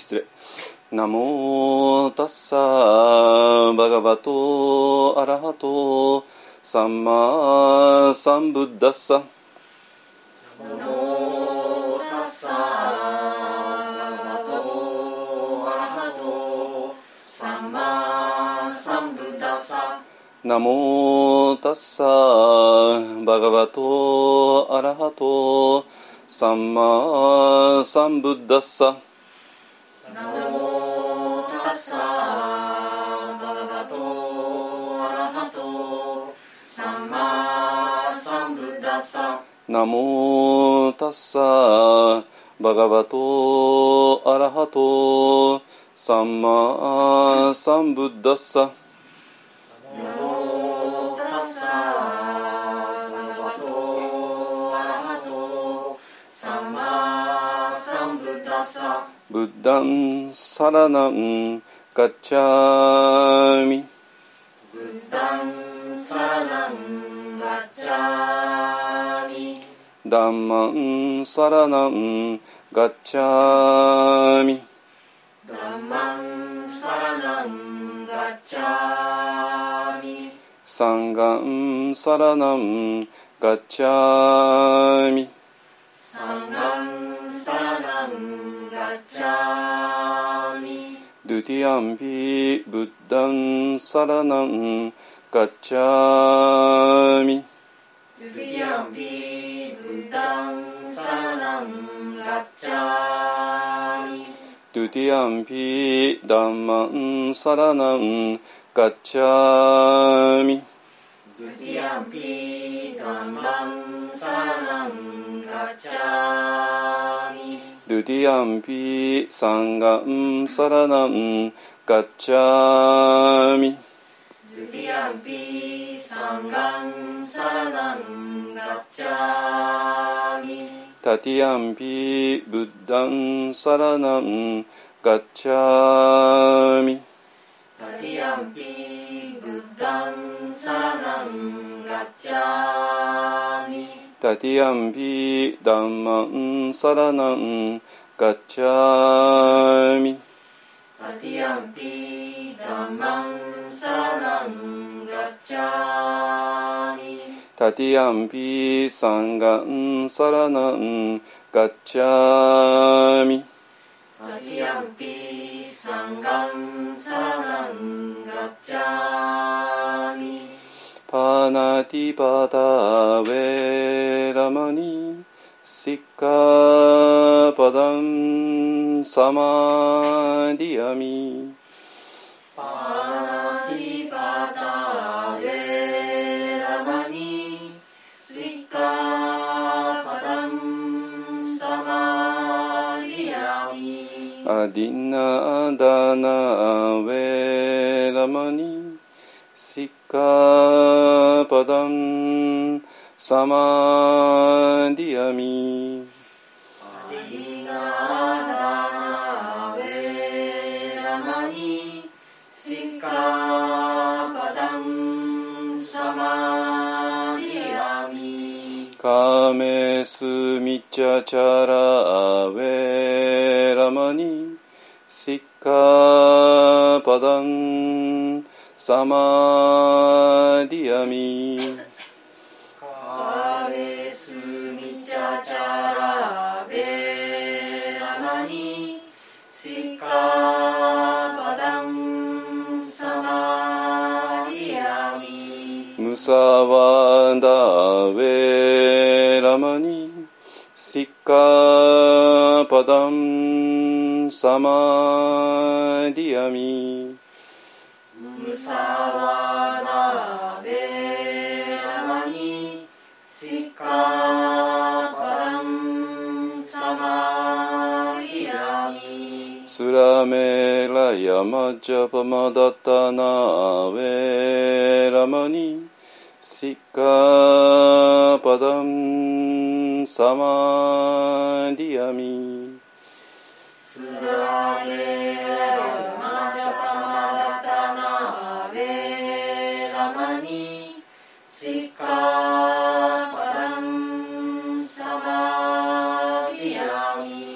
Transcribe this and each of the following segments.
失礼。ナモタッサーバガバトアラハトサンマサンブッダッサ。 ナモタッサーバガバトアラハトサンマサンブッダッサ。 ナモタッサーバガバトアラハトサンマサンブッダッサ。 ナモタッサーバガバトアラハトサンマサンブッダッサ。 ナモタッサーバガバトアラハトサンマサンブッダッサ。 ナモタッサーバガバトアラハトサンマサンブッダッサ。 ブッダンサラナンガッチャミ。 ブッダンサラナンガッチャミ。 ダンマンサラナンガッチャミ。 ダンマンサラナンガッチャミ。 サンガンサラナンガッチャミ。 サンガンサラナンガッチャミ。 ドゥティアンピブッダンサラナンガッチャミ。 ドゥティアンピブッダンサラナンガッチャミ。 ドゥティアンピダンマンサラナンガッチャミ。 ドゥティアンピダンマンサラナンガッチャミ。 ドゥティアンピサンガンサラナンガッチャミ。 ドゥティアンピサンガンサラナンガッチャミ。 タティアンピブッダンサラナンガッチャミ。 タティアンピブッダンサラナンガッチャミ。 タティアンピダンマンサラナンガッチャミ。 タティアンピダンマンサラナンガッチャミ。 タティアンピサンガンサラナンガッチャミ。 タティアンピサンガンサラナンガッチャミ。 パナティパタウェラマニシッカパダンサマディアミ。 パナティパタウェラマニシッカパダンサマディアミ。 アディナダナウェラマニシッカパダンサマディアミ。 アディナダナウェラマニシッカパダンサマディアミ。 カメスミチャチャラウェラマニシッカパダンサマディアミ。 カレスミチャチャラベラマニシッカパダンサマディアミ。 ムサワダウェラマニシッカパダンサマディアミ。 ムサワダベラマニシッカパダンサマディアミ。 スラメラヤマジャパマダタナウェラマニシッカパダンサマディアミ。 スラメラヤマジャパマダタナベラマニシッカパダンサマディアミ。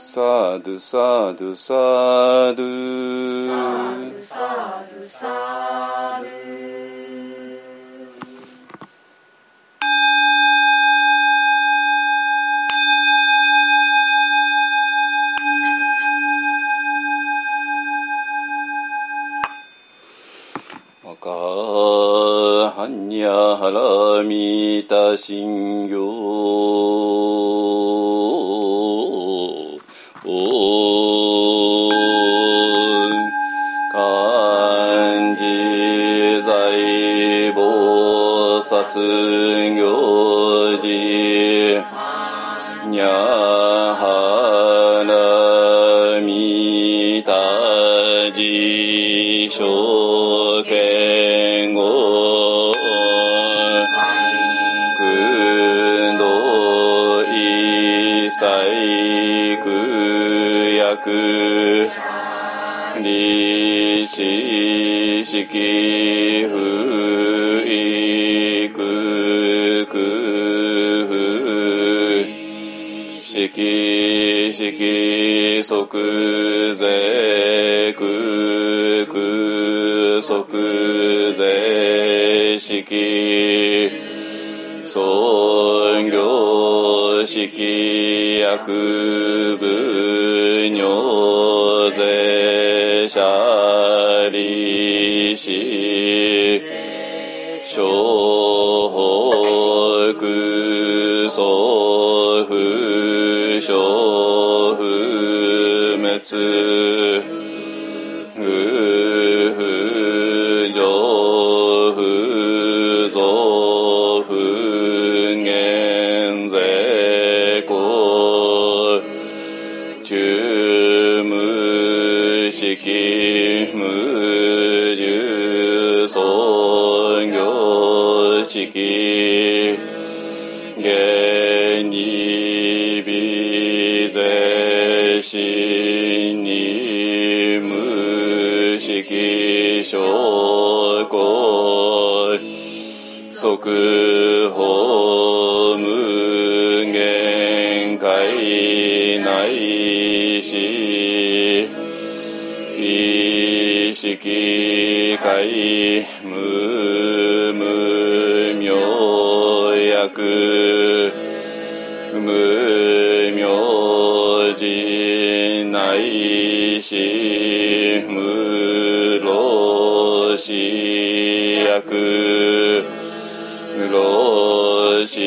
サドゥサドゥサドゥサドゥサドゥアカハンニャハラミタシンギョ漢字在菩薩行事にゃはらみたじしょけんごくんどいさいくやくりししきふいくくふしきしきそくぜくくそくぜしき尊行式薬部尿税者利子小北祖父小不滅不上不増不減税公中無式無重尊行式現に微税心に無式証拠即法無限界内し意識界無無明薬無明寺内し無老死薬老死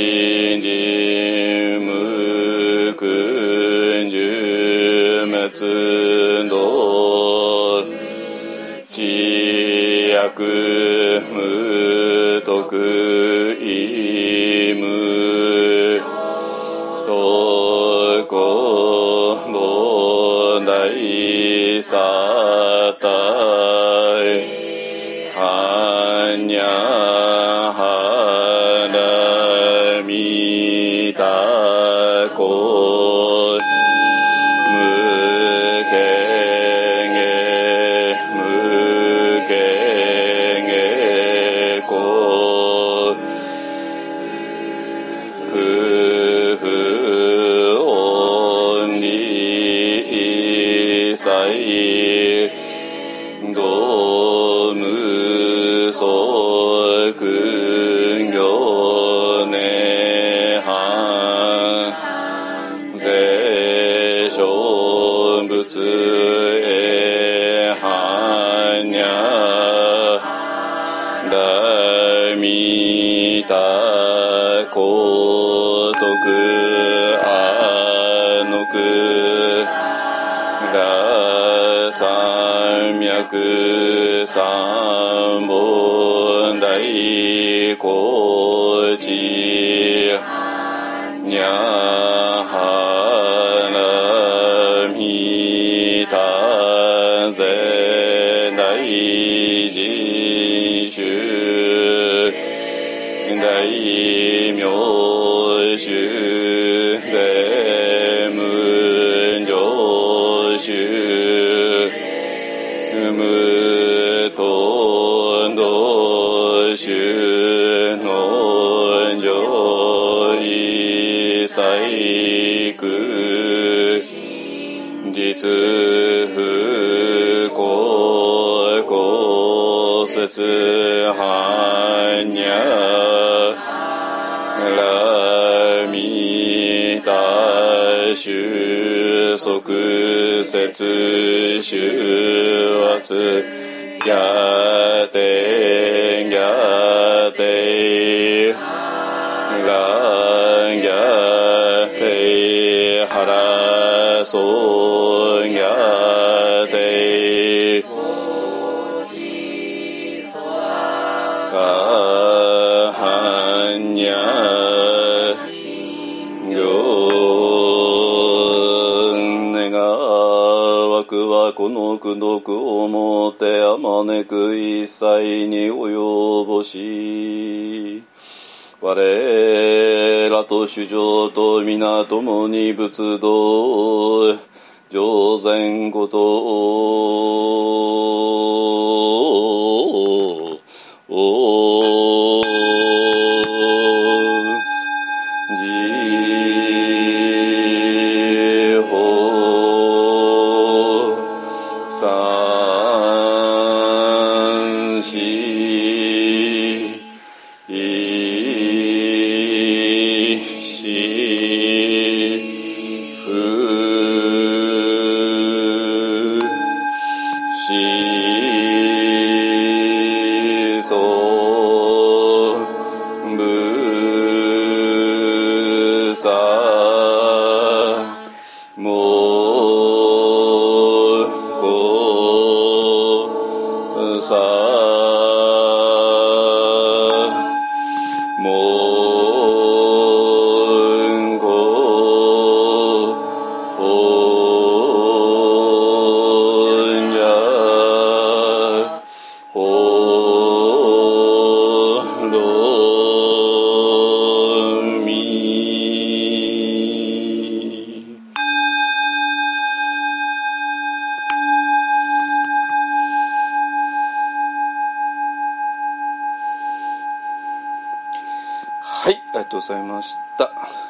人無君寿滅道知薬無徳意無徳老大サタイハニャハラミタコ無形ゲ無形ゲコ空不音理祭道無相君行涅槃税小仏へ般若ラミタ高徳阿のラ三脈三本大高知にゃはらみたぜ大人衆大名衆税無常衆無頓道衆の上位細工実不公公説般若ラミタ収束説修圧ギャテギャテランギャテハラソンギャテカハンニャ行願わくはこの功徳をもってあまねく一切に及ぼし我らと主上と皆共に仏道上善ことを自法三四ございました。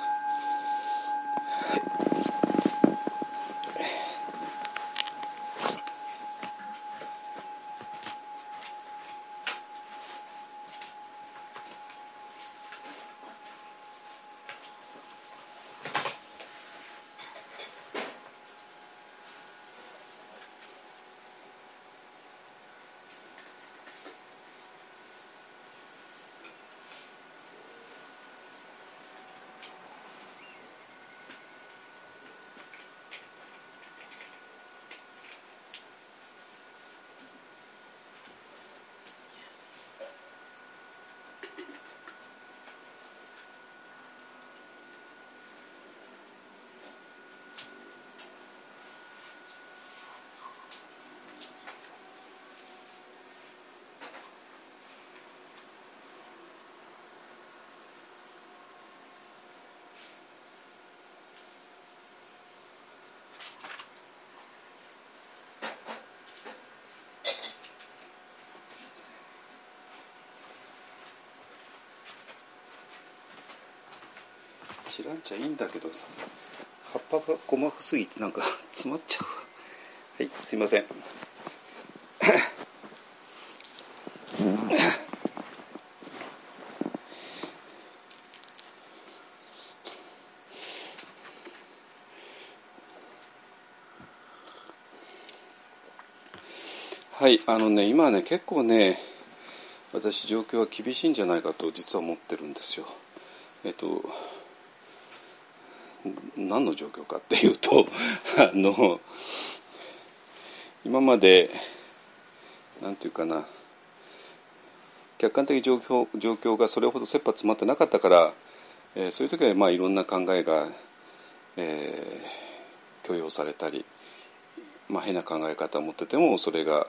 知らんちゃいいんだけどさ、葉っぱが細かすぎてなんか詰まっちゃう。はい、すいません。はい、今ね結構ね私状況は厳しいんじゃないかと実は思ってるんですよ。何の状況かっていうと今までなんていうかな、客観的状況がそれほど切羽詰まってなかったから、そういう時はまあいろんな考えが、許容されたり、まあ、変な考え方を持っててもそれが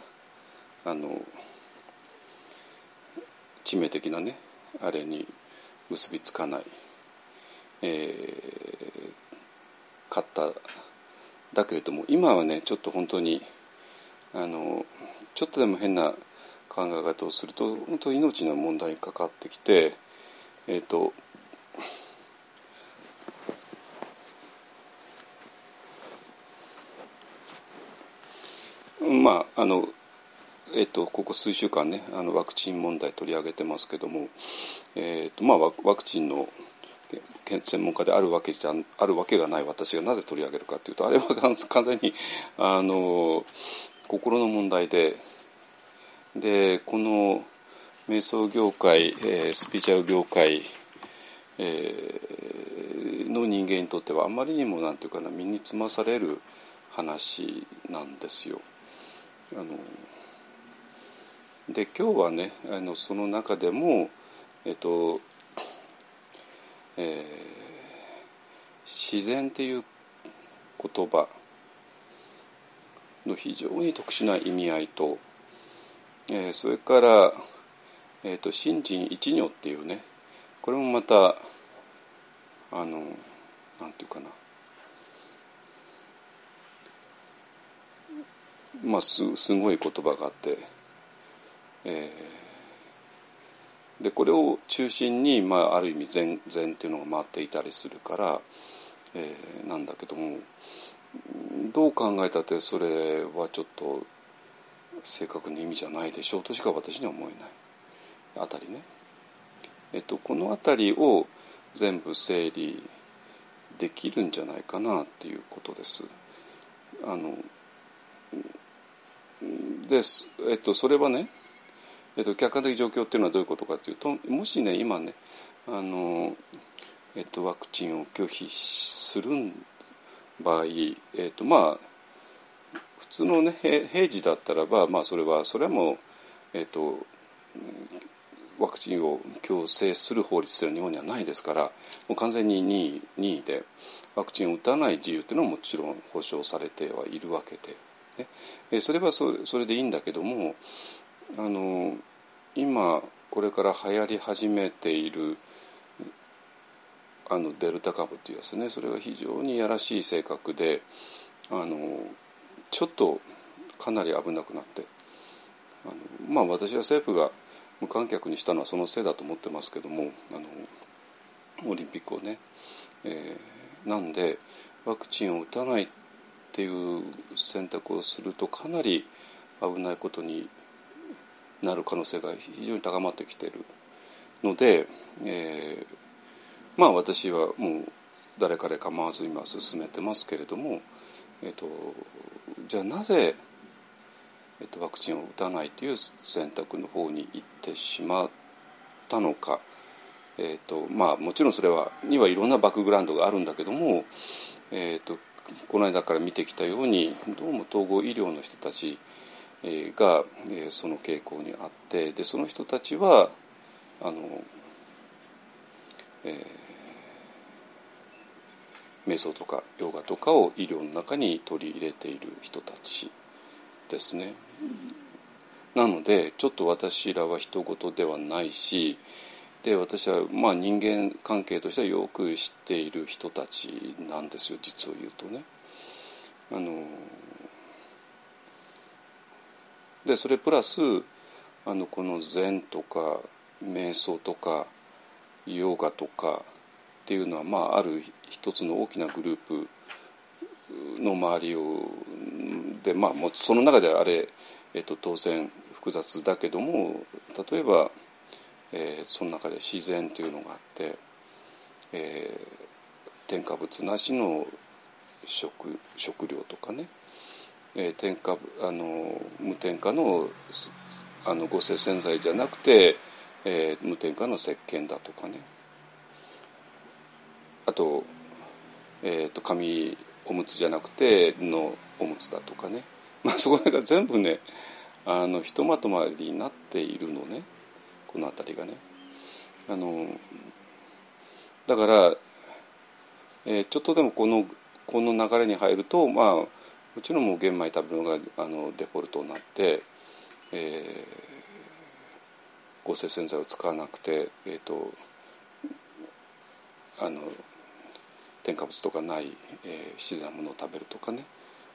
致命的なねあれに結びつかない、かっただけれども、今はねちょっと本当にちょっとでも変な考え方をすると本当に命の問題にかかってきて、 まあここ数週間ねワクチン問題取り上げてますけども、まあ、ワクチンの専門家であるわけがない私がなぜ取り上げるかというと、あれは完全に心の問題でこの瞑想業界、スピリチュアル業界、の人間にとってはあまりにもなんていうかな、身につまされる話なんですよ。で今日はねその中でも自然っていう言葉の非常に特殊な意味合いと、それから信心一如っていうね、これもまたなんていうかな、まあすごい言葉があって、でこれを中心に、まあ、ある意味禅っていうのが回っていたりするから、なんだけども、どう考えたってそれはちょっと正確な意味じゃないでしょうとしか私には思えないあたりね。このあたりを全部整理できるんじゃないかなっていうことです。それはね、客観的状況っていうのはどういうことかというと、もしね今ねワクチンを拒否する場合、まあ普通のね平時だったらば、まあそれはもうワクチンを強制する法律というのは日本にはないですから、もう完全に任意でワクチンを打たない自由というのはもちろん保障されてはいるわけで、ね、それはそれでいいんだけども、今これから流行り始めているデルタ株というやつね、それが非常にやらしい性格でちょっとかなり危なくなって、まあ私は政府が無観客にしたのはそのせいだと思ってますけども、オリンピックをね、なんでワクチンを打たないっていう選択をするとかなり危ないことになる可能性が非常に高まってきているので、まあ私はもう誰彼構わず今進めてますけれども、じゃあなぜ、ワクチンを打たないという選択の方に行ってしまったのか、まあもちろんそれにはいろんなバックグラウンドがあるんだけども、この間から見てきたようにどうも統合医療の人たちがその傾向にあって、でその人たちは瞑想とかヨガとかを医療の中に取り入れている人たちですね。なのでちょっと私らは人事ではないし、で私はまあ人間関係としてはよく知っている人たちなんですよ、実を言うとね。でそれプラスこの禅とか瞑想とかヨガとかっていうのは、まあ、ある一つの大きなグループの周りで、まあ、もうその中であれ、当然複雑だけども、例えば、その中で自然というのがあって、添加物なしの食料とかね、無添加の合成洗剤じゃなくて、無添加の石鹸だとかね、あと、紙おむつじゃなくてのおむつだとかね、まあ、そこが全部ねひとまとまりになっているのね、この辺りがね。だから、ちょっとでもこの流れに入ると、まあもちろんもう玄米食べるのがデフォルトになって、合成洗剤を使わなくて、添加物とかない、自然なものを食べるとかね、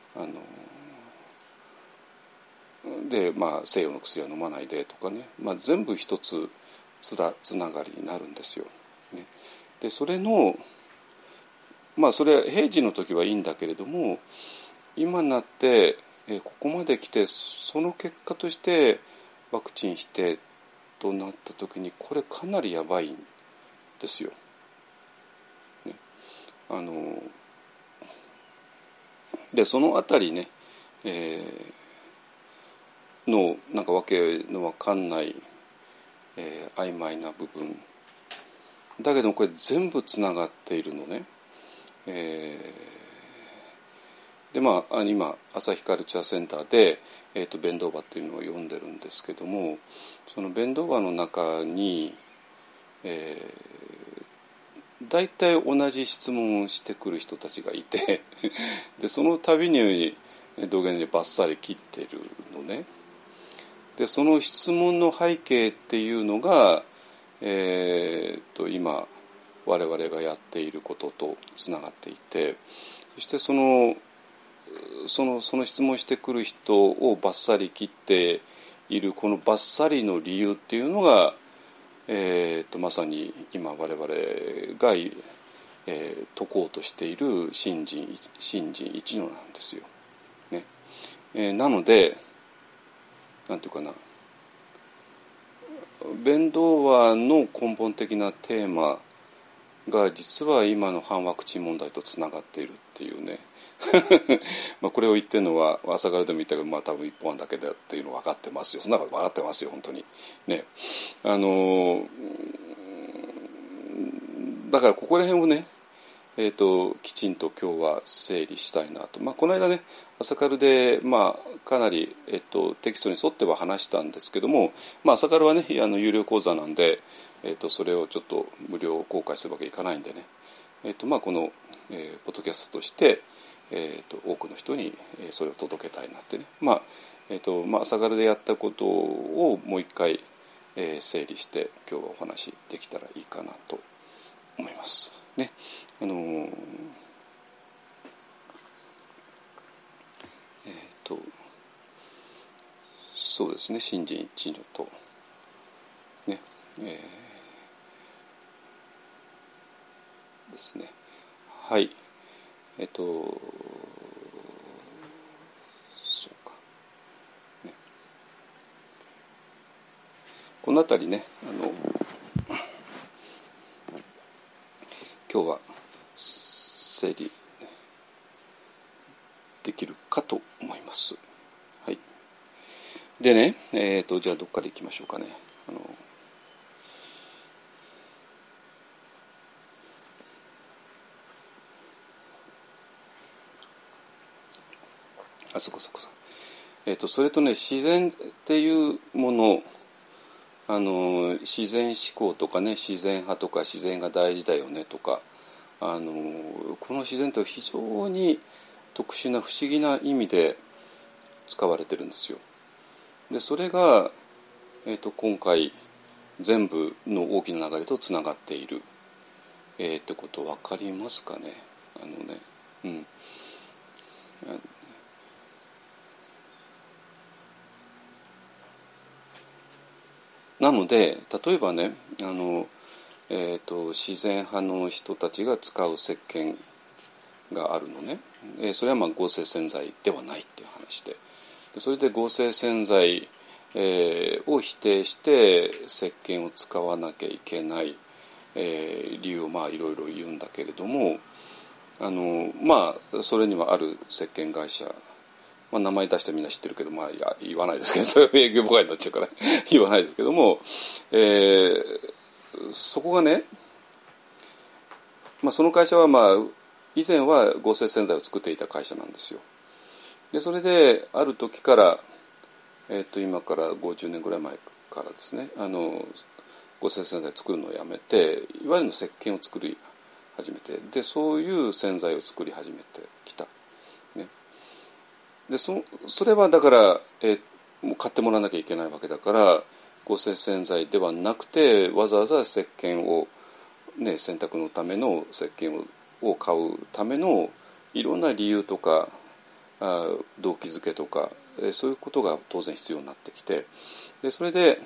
で、まあ、西洋の薬は飲まないでとかね、まあ、全部一つつながりになるんですよ。ね、でそれのまあそれは平時の時はいいんだけれども、今になってここまで来てその結果としてワクチン否定となった時にこれかなりやばいんですよ。ね、でそのあたりね、のなんかわけのわかんない、曖昧な部分だけどもこれ全部つながっているのね。で今朝日カルチャーセンターで、弁当場っていうのを読んでるんですけども、その弁当場の中に、大体同じ質問をしてくる人たちがいてでその度に道元にバッサリ切ってるのね。でその質問の背景っていうのが、今我々がやっていることとつながっていて、そしてその質問してくる人をバッサリ切っているこのバッサリの理由っていうのが、まさに今我々が、説こうとしている信心一如なんですよ、ね。なのでなんていうかな、弁道話の根本的なテーマが実は今の反ワクチン問題とつながっているっていうねこれを言ってるのは朝からでも言ったけど、多分一本案だけだっていうの分かってますよ。そんなこと分かってますよ本当にね。だからここら辺をね、きちんと今日は整理したいなと。この間ね朝カルで、かなり、テキストに沿っては話したんですけども、朝カルはね有料講座なんで、それをちょっと無料公開するわけいかないんでね、この、ポッドキャストとして、多くの人にそれを届けたいなってね、朝カルでやったことをもう一回、整理して今日はお話できたらいいかなと思いますね。そうですね、信心一如とね、ですね。はい、そうか、ね、このあたりね今日は整理できるかと思います。はい。でね、じゃあどっから行きましょうかね。そこ。それとね、自然っていうもの、自然思考とかね、自然派とか自然が大事だよねとか、この自然って非常に特殊な不思議な意味で使われてるんですよ。でそれが、今回全部の大きな流れとつながっている、ってこと分かりますかね。なので例えばね自然派の人たちが使う石鹸があるのね。それは合成洗剤ではないっていう話で、それで合成洗剤、を否定して石鹸を使わなきゃいけない、理由をいろいろ言うんだけれども、それにはある石鹸会社、名前出してみんな知ってるけど、言わないですけど、それは営業妨害になっちゃうから言わないですけども、そこがね、その会社は以前は合成洗剤を作っていた会社なんですよ。でそれである時から、今から50年ぐらい前からですね、合成洗剤作るのをやめていわゆるの石鹸を作り始めて、でそういう洗剤を作り始めてきた、ね。でそれはだから、もう買ってもらわなきゃいけないわけだから合成洗剤ではなくてわざわざ石鹸を、洗濯のための石鹸を買うためのいろんな理由とか動機づけとかそういうことが当然必要になってきて、でそれで、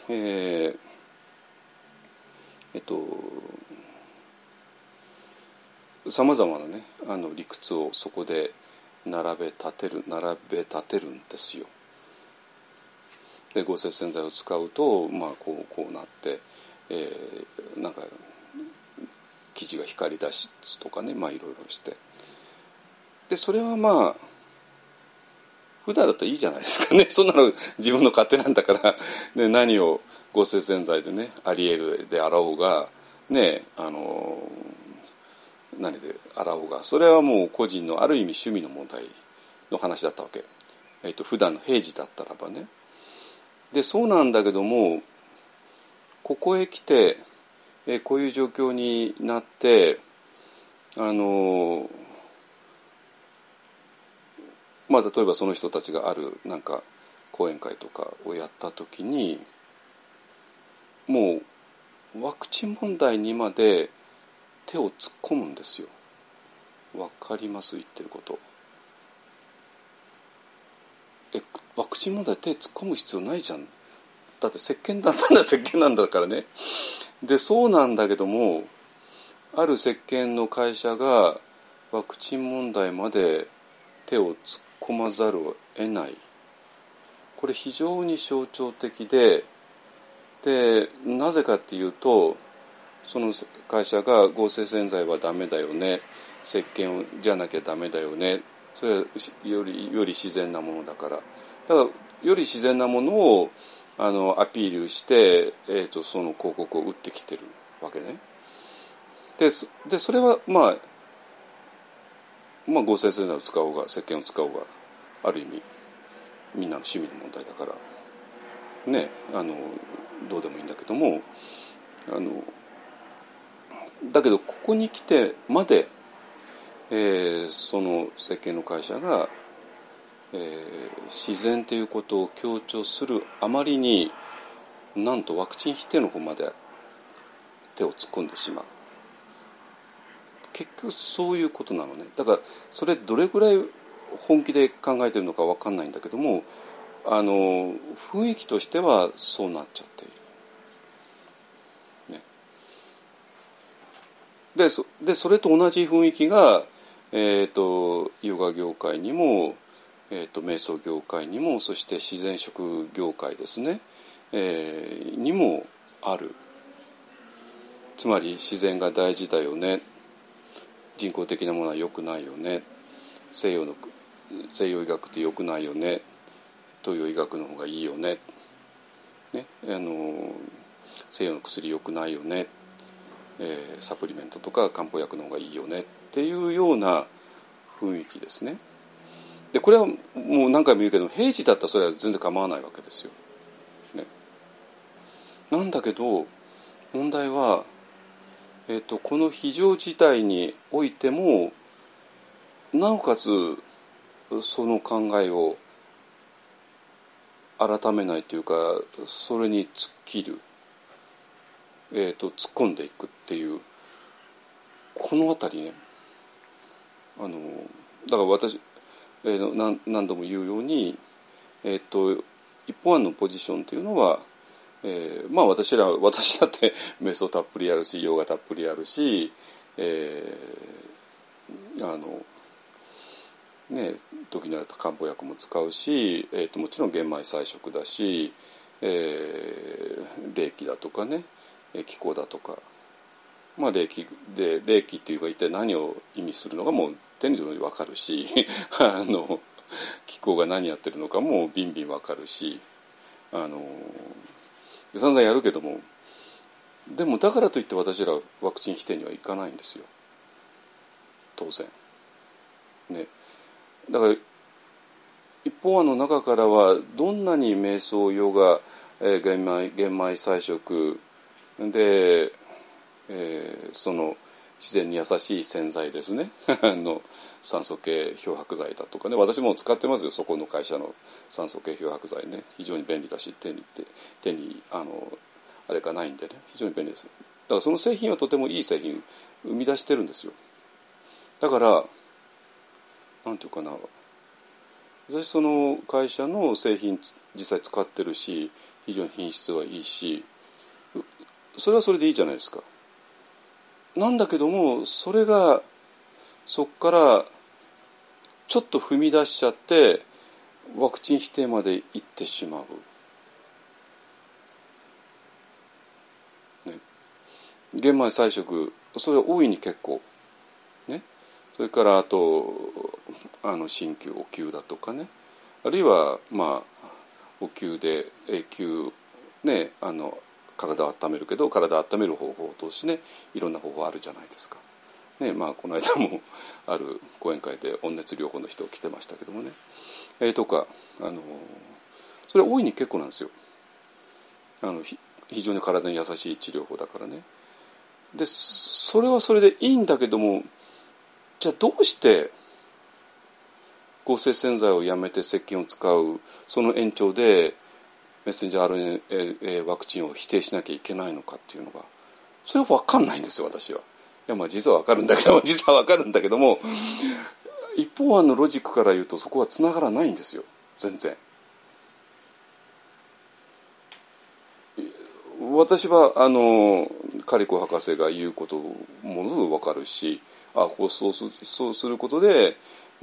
さまざまなね理屈をそこで、 並べ立てるんですよ。で合成洗剤を使うと、こうなって、なんか生地が光り出すとかね、いろいろして、でそれは普段だったらいいじゃないですかね。そんなの自分の勝手なんだからで、何を合成洗剤でねアリエルで洗おうがね、何で洗おうが、それはもう個人のある意味趣味の問題の話だったわけ。普段の平時だったらばね。でそうなんだけども、ここへ来て、こういう状況になって、例えばその人たちがあるなんか講演会とかをやった時に、もうワクチン問題にまで手を突っ込むんですよ。わかります言ってること。ワクチン問題手突っ込む必要ないじゃん。だって石鹸なんだからね。でそうなんだけども、ある石鹸の会社がワクチン問題まで手を突っ込まざるを得ない。これ非常に象徴的で、なぜかっていうと、その会社が合成洗剤はダメだよね、石鹸じゃなきゃダメだよね、それはより自然なものだから、より自然なものをアピールして、その広告を打ってきてるわけね。でそれは合成洗剤を使おうが石鹸を使おうが、ある意味みんなの趣味の問題だからね、どうでもいいんだけども、だけどここに来てまで、その石鹸の会社が、自然ということを強調するあまりに、なんとワクチン否定の方まで手を突っ込んでしまう。結局そういうことなのね。だからそれどれぐらい本気で考えてるのか分かんないんだけども、雰囲気としてはそうなっちゃっている、ね、でそれと同じ雰囲気が、ヨガ業界にも、瞑想業界にも、そして自然食業界ですね、にもある。つまり自然が大事だよね、人工的なものは良くないよね、西洋医学って良くないよね、東洋医学の方がいいよね、西洋の薬良くないよね、サプリメントとか漢方薬の方がいいよねっていうような雰囲気ですね。でこれはもう何回も言うけど、平時だったらそれは全然構わないわけですよ、なんだけど問題は、この非常事態においてもなおかつその考えを改めないというか、それに突っ切る、突っ込んでいくっていう、このあたりね、だから私、何度も言うように、一方案のポジションというのは、私だって瞑想たっぷりやるし、ヨガたっぷりやるし、時には漢方薬も使うし、もちろん玄米菜食だし、霊気だとかね、気候だとか、霊気っていうか一体何を意味するのかもう手に取るのに分かるし気候が何やってるのかもビンビン分かるし、散々やるけども、でもだからといって私らワクチン否定にはいかないんですよ、当然ね。だから一方案の中からはどんなに瞑想ヨガ、玄米菜食で、その自然に優しい洗剤ですね酸素系漂白剤だとかね、私も使ってますよ、そこの会社の酸素系漂白剤ね、非常に便利だし、手にあれがないんでね、非常に便利です。だからその製品はとてもいい製品生み出してるんですよ。だからなんていうかな、私その会社の製品実際使ってるし、非常に品質はいいし、それはそれでいいじゃないですか。なんだけども、それがそこからちちょっと踏み出しちゃってワクチン否定まで行ってしまう、ね、玄米菜食それは大いに結構ね。それからあと鍼灸お灸だとかね、あるいはまあお灸で永久ね体を温めるけど体を温める方法を通してねいろんな方法あるじゃないですか。ねまあ、この間もある講演会で温熱療法の人来てましたけどもね、とかそれは大いに結構なんですよ。非常に体に優しい治療法だからね。でそれはそれでいいんだけども、じゃあどうして合成洗剤をやめて石鹸を使うその延長でメッセンジャー RNA ワクチンを否定しなきゃいけないのかっていうのがそれは分かんないんですよ私は。いやまあ実は分かるんだけども一方案のロジックから言うとそこはつながらないんですよ全然。私はカリコ博士が言うことものすごく分かるし、そうすることで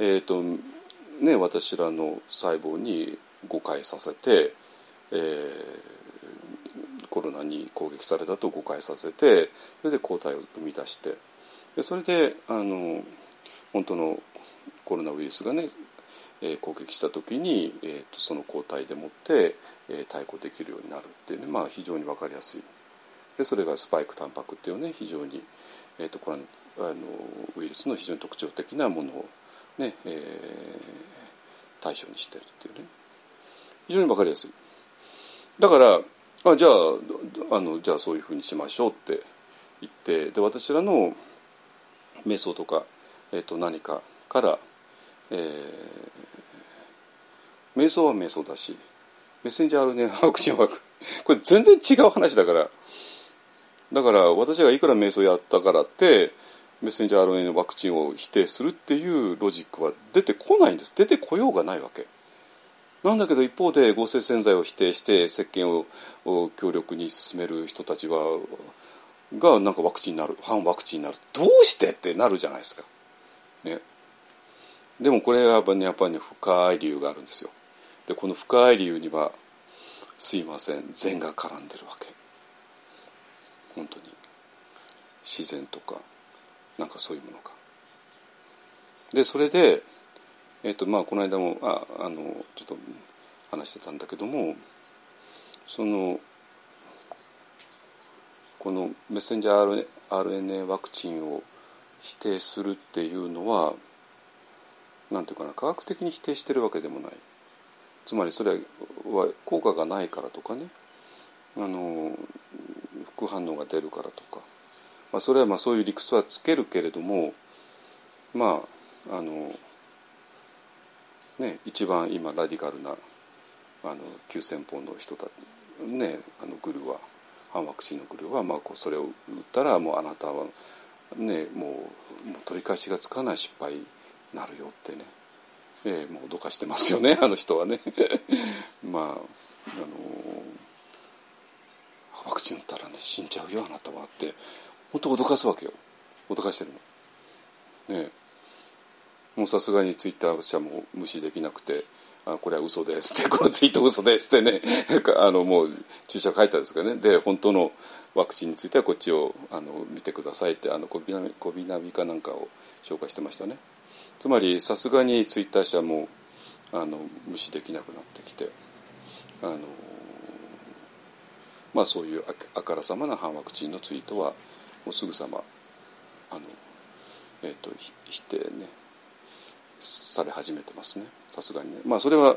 私らの細胞に誤解させて、コロナに攻撃されたと誤解させてそれで抗体を生み出してそれで本当のコロナウイルスがね攻撃した時に、その抗体でもって対抗できるようになるっていうね、まあ、非常に分かりやすい。でそれがスパイクタンパクっていうね非常に、コロナウイルスの非常に特徴的なものをね、対象にしているっていうね非常に分かりやすい。だからじゃあそういうふうにしましょうって言ってで私らの瞑想とか、何かから、瞑想は瞑想だしメッセンジャー RNA ワクチンはこれ全然違う話だから私がいくら瞑想やったからってメッセンジャー RNA ワクチンを否定するっていうロジックは出てこないんです。出てこようがないわけなんだけど一方で合成洗剤を否定して石鹸を強力に進める人たちがなんかワクチンになる反ワクチンになるどうしてってなるじゃないですか、ね、でもこれはやっぱりね深い理由があるんですよ。でこの深い理由にはすいません禅が絡んでるわけ。本当に自然とかなんかそういうものがでそれでまあこの間もちょっと話してたんだけどもこのメッセンジャー RNA ワクチンを否定するっていうのはなんていうかな科学的に否定してるわけでもない。つまりそれは効果がないからとかね副反応が出るからとか、まあ、それはまあそういう理屈はつけるけれどもまあね一番今ラディカルな急先鋒の人だねグルーは反ワクチンのグルーはまあそれを打ったらもうあなたはねもう取り返しがつかない失敗になるよってね。もう脅かしてますよね人はねまあワクチン打ったらね死んじゃうよあなたはって本当脅かすわけよ。脅かしてるのね。もうさすがにツイッター社も無視できなくてこれは嘘ですってこのツイート嘘ですってねもう注射書いたんですけどね。で本当のワクチンについてはこっちを見てくださいってコビナビかなんかを紹介してましたね。つまりさすがにツイッター社も無視できなくなってきてまあそういうあからさまな反ワクチンのツイートはもうすぐさま否定ねされ始めてますね。さすがにね。まあそれは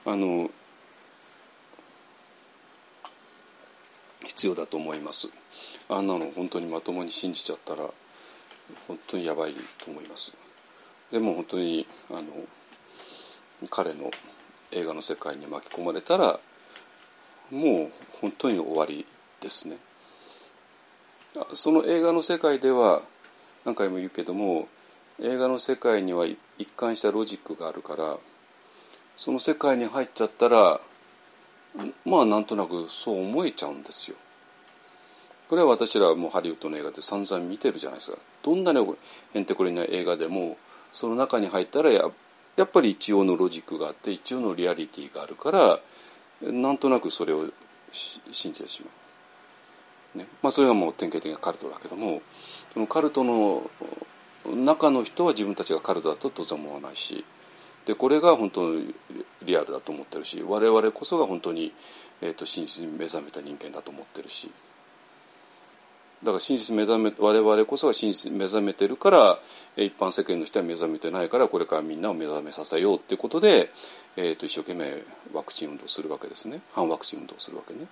必要だと思います。あんなの本当にまともに信じちゃったら本当にやばいと思います。でも本当に彼の映画の世界に巻き込まれたらもう本当に終わりですね。その映画の世界では何回も言うけども映画の世界には一貫したロジックがあるからその世界に入っちゃったらまあなんとなくそう思えちゃうんですよ。これは私らはもうハリウッドの映画で散々見てるじゃないですか。どんなにへんてこりな映画でもその中に入ったらやっぱり一応のロジックがあって一応のリアリティがあるからなんとなくそれを信じてしまう、ね。それはもう典型的なカルトだけども、そのカルトの中の人は自分たちがカルトだと当然思わないし、でこれが本当にリアルだと思ってるし、我々こそが本当に、真実に目覚めた人間だと思ってるし、だから我々こそが真実に目覚めてるから一般世間の人は目覚めてないから、これからみんなを目覚めさせようっていうことで、一生懸命ワクチン運動するわけですね。反ワクチン運動するわけね。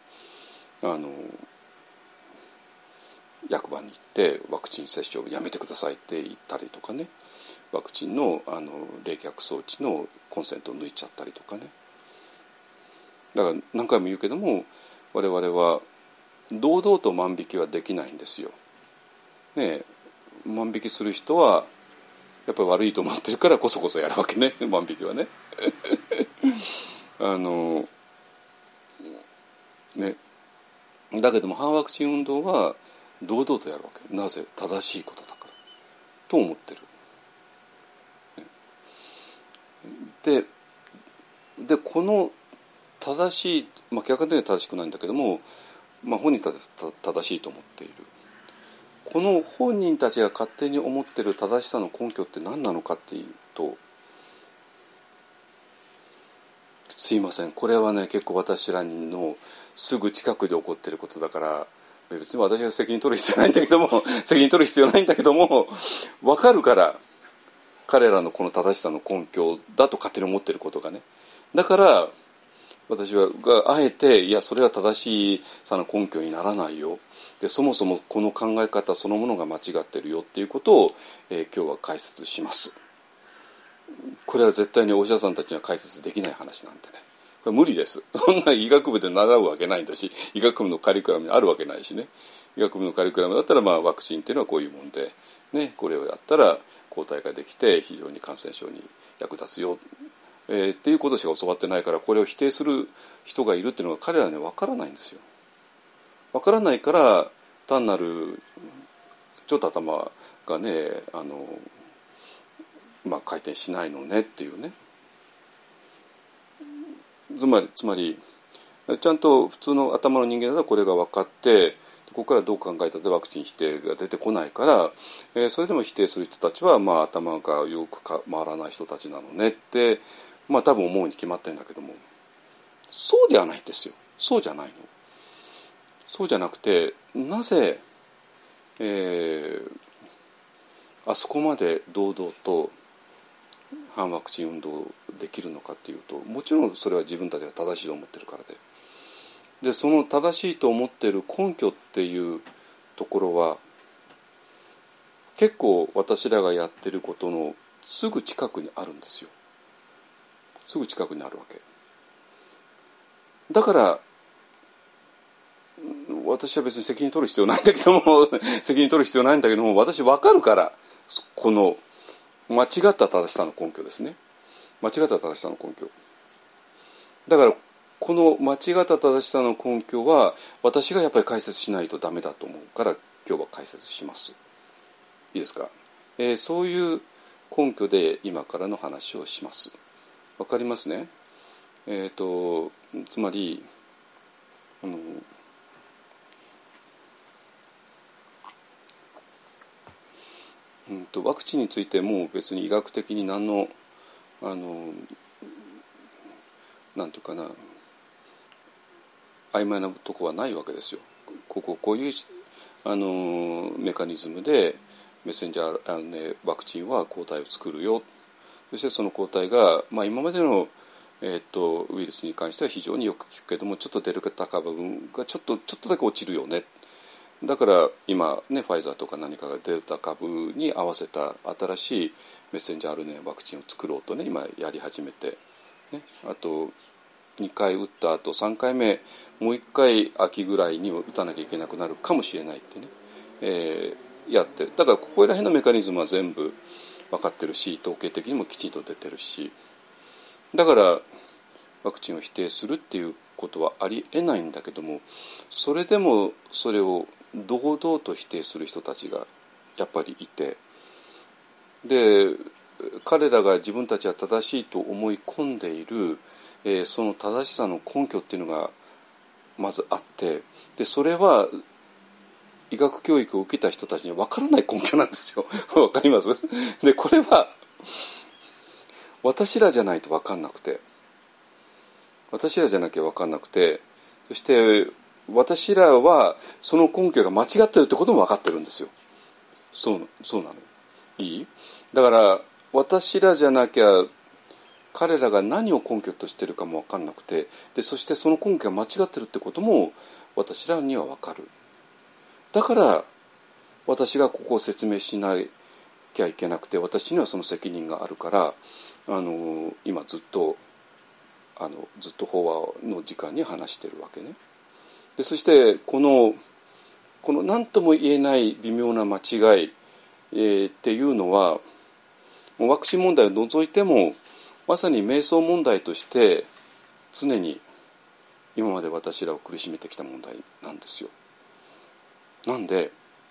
役場に行ってワクチン接種をやめてくださいって言ったりとかね、ワクチンの冷却装置のコンセントを抜いちゃったりとかね。だから何回も言うけども、我々は堂々と万引きはできないんですよ。ねえ、万引きする人はやっぱり悪いと思ってるからこそやるわけね、万引きはね。ね。だけども反ワクチン運動は堂々とやるわけ。なぜ？正しいことだからと思ってる。でこの正しい、客観的には正しくないんだけども、本人たち正しいと思っている。この本人たちが勝手に思っている正しさの根拠って何なのかっていうと、すいません、これはね結構私らのすぐ近くで起こっていることだから、別に私が責任取る必要ないんだけども分かるから、彼らのこの正しさの根拠だと勝手に思っていることがね。だから私があえて、いやそれは正しさの根拠にならないよ、でそもそもこの考え方そのものが間違ってるよっていうことを、今日は解説します。これは絶対にお医者さんたちには解説できない話なんでね、これ無理です。そんな医学部で習うわけないんだし、医学部のカリキュラムにあるわけないしね。医学部のカリキュラムだったらワクチンっていうのはこういうもんで、ね、これをやったら抗体ができて非常に感染症に役立つよ、っていうことしか教わってないから、これを否定する人がいるっていうのが彼らには分からないんですよ。分からないから、単なるちょっと頭がね回転しないのねっていうね。つまりちゃんと普通の頭の人間だったらこれが分かって、ここからどう考えたってワクチン否定が出てこないから、それでも否定する人たちは頭がよく回らない人たちなのねって多分思うに決まってるんだけども、そうではないんですよ。そうじゃないの。そうじゃなくて、なぜ、あそこまで堂々と反ワクチン運動できるのかっていうと、もちろんそれは自分たちが正しいと思ってるからで、その正しいと思っている根拠っていうところは結構私らがやってることのすぐ近くにあるんですよ。すぐ近くにあるわけだから、私は別に責任取る必要ないんだけども私分かるから、この間違った正しさの根拠ですね。間違った正しさの根拠だから、この間違った正しさの根拠は私がやっぱり解説しないとダメだと思うから、今日は解説します。いいですか。そういう根拠で今からの話をします。わかりますね。つまりワクチンについても別に医学的に何のなんていうかな、曖昧なとこはないわけですよ。こういうメカニズムでメッセンジャー RNA ワクチンは抗体を作るよ。そしてその抗体が、今までの、ウイルスに関しては非常によく効くけども、ちょっとデルタ株がちょっとだけ落ちるよね。だから今ね、ファイザーとか何かがデルタ株に合わせた新しいメッセンジャー RNA ワクチンを作ろうとね、今やり始めて、ね、あと2回打った後3回目もう1回秋ぐらいに打たなきゃいけなくなるかもしれないってね、やってる。だからここら辺のメカニズムは全部分かってるし、統計的にもきちんと出てるし、だからワクチンを否定するっていうことはありえないんだけども、それでもそれを堂々と否定する人たちがやっぱりいて、で彼らが自分たちは正しいと思い込んでいる、その正しさの根拠っていうのがまずあって、でそれは医学教育を受けた人たちに分からない根拠なんですよ。分かります？でこれは私らじゃないと分かんなくて、私らじゃなきゃ分かんなくて、そして私らはその根拠が間違ってるってことも分かってるんですよ。そうなの。いい？だから私らじゃなきゃ彼らが何を根拠としてるかも分かんなくて、でそしてその根拠が間違ってるってことも私らには分かる。だから私がここを説明しなきゃいけなくて、私にはその責任があるから、今ずっと法話の時間に話してるわけね。でそしてこの何とも言えない微妙な間違い、っていうのはもうワクチン問題を除いてもまさに瞑想問題として常に今まで私らを苦しめてきた問題なんですよ。なんで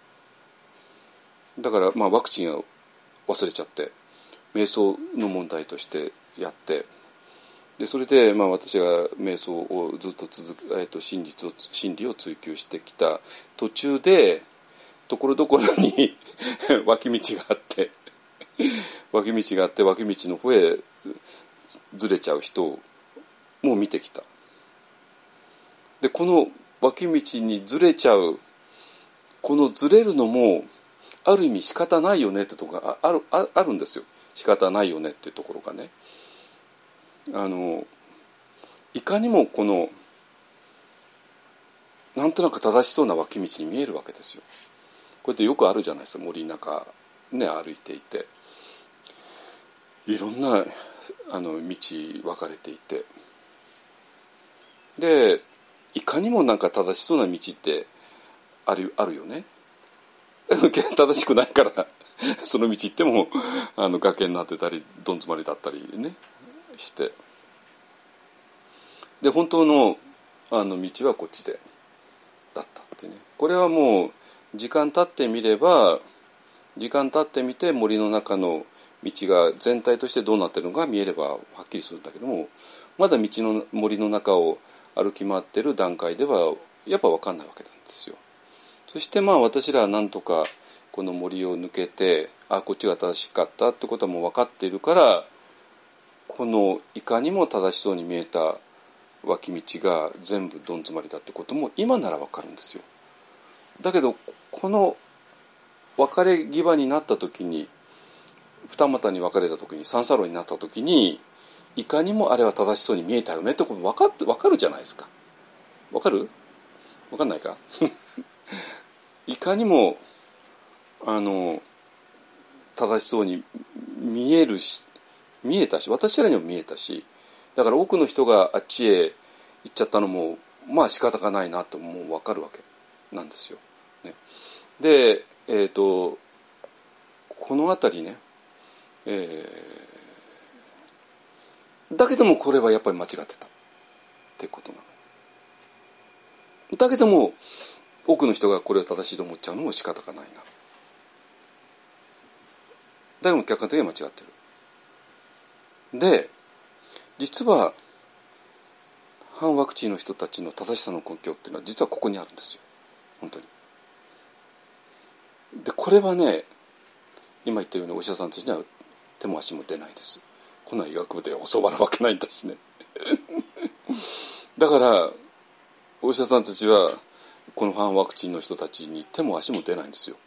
だからワクチンを忘れちゃって瞑想の問題としてやって、でそれで私が瞑想をずっと真理を追求してきた途中でところどころに脇道があって脇道の方へずれちゃう人も見てきた。でこの脇道にずれちゃう、このずれるのもある意味仕方ないよねってところがあるんですよ。仕方ないよねっていうところがね、いかにもこのなんとなく正しそうな脇道に見えるわけですよ。こうやってよくあるじゃないですか。森の中ね歩いていていろんな道分かれていて、でいかにもなんか正しそうな道ってあるよね。正しくないからその道行っても崖になってたりどん詰まりだったりねして、で本当の道はこっちでだったってね。これはもう時間経ってみて森の中の道が全体としてどうなってるのか見えればはっきりするんだけども、まだ森の中を歩き回ってる段階ではやっぱ分かんないわけなんですよ。そして私らはなんとかこの森を抜けてこっちが正しかったってことはもう分かっているから、このいかにも正しそうに見えた脇道が全部どん詰まりだってことも今なら分かるんですよ。だけどこの別れ際になった時に、二股に分かれた時に、三叉路になった時にいかにもあれは正しそうに見えたよねってこと分かるじゃないですか。分かる？分かんないかいかにも正しそうに見えたし、私らにも見えたし、だから多くの人があっちへ行っちゃったのも仕方がないなともう分かるわけなんですよ、ね。で、このあたりね、だけどもこれはやっぱり間違ってたってことなの。だけども多くの人がこれを正しいと思っちゃうのも仕方がないな。だけども客観的には間違ってる。で実は反ワクチンの人たちの正しさの根拠っていうのは実はここにあるんですよ、本当に。でこれはね、今言ったようにお医者さんたちには手も足も出ないです。こんな医学部で教わるわけないんだしねだからお医者さんたちはこの反ワクチンの人たちに手も足も出ないんですよ。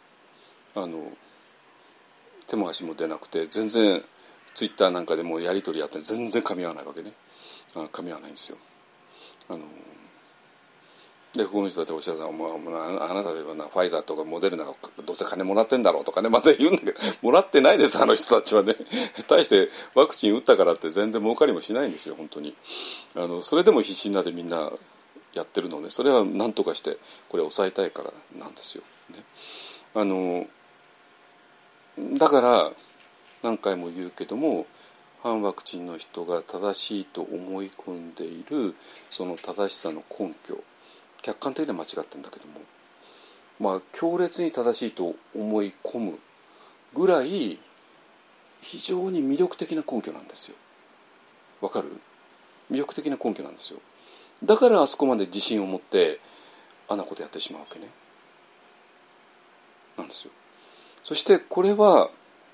手も足も出なくて、全然ツイッターなんかでもやり取りやって全然噛み合わないわけね。噛み合わないんですよ。でこの人たちお医者さんはあなたではファイザーとかモデルナがどうせ金もらってんだろうとかね、また言うんだけど、もらってないです、あの人たちはね。対してワクチン打ったからって全然儲かりもしないんですよ、本当に。それでも必死になってみんなやってるのね。それは何とかしてこれを抑えたいからなんですよ、ね。だから何回も言うけども、反ワクチンの人が正しいと思い込んでいるその正しさの根拠、客観的には間違ってるんだけども、強烈に正しいと思い込むぐらい非常に魅力的な根拠なんですよ。わかる？魅力的な根拠なんですよ。だからあそこまで自信を持ってあんなことやってしまうわけね。なんですよ。そしてこれは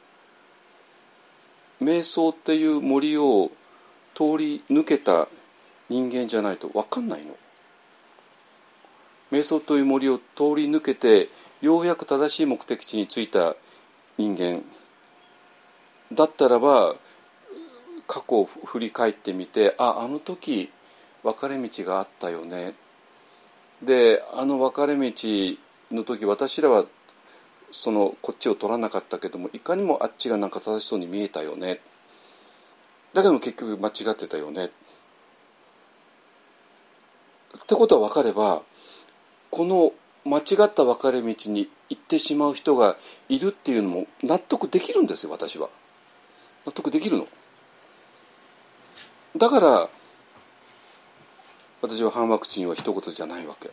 瞑想っていう森を通り抜けた人間じゃないと分かんないの。瞑想という森を通り抜けてようやく正しい目的地に着いた人間だったらば、過去を振り返ってみて、あの時分かれ道があったよね。で、あの分かれ道の時私らはこっちを取らなかったけども、いかにもあっちがなんか正しそうに見えたよね。だけども結局間違ってたよね。ってことは分かれば、この間違った分かれ道に行ってしまう人がいるっていうのも納得できるんですよ。私は納得できるの。だから私は反ワクチンは一言じゃないわけ。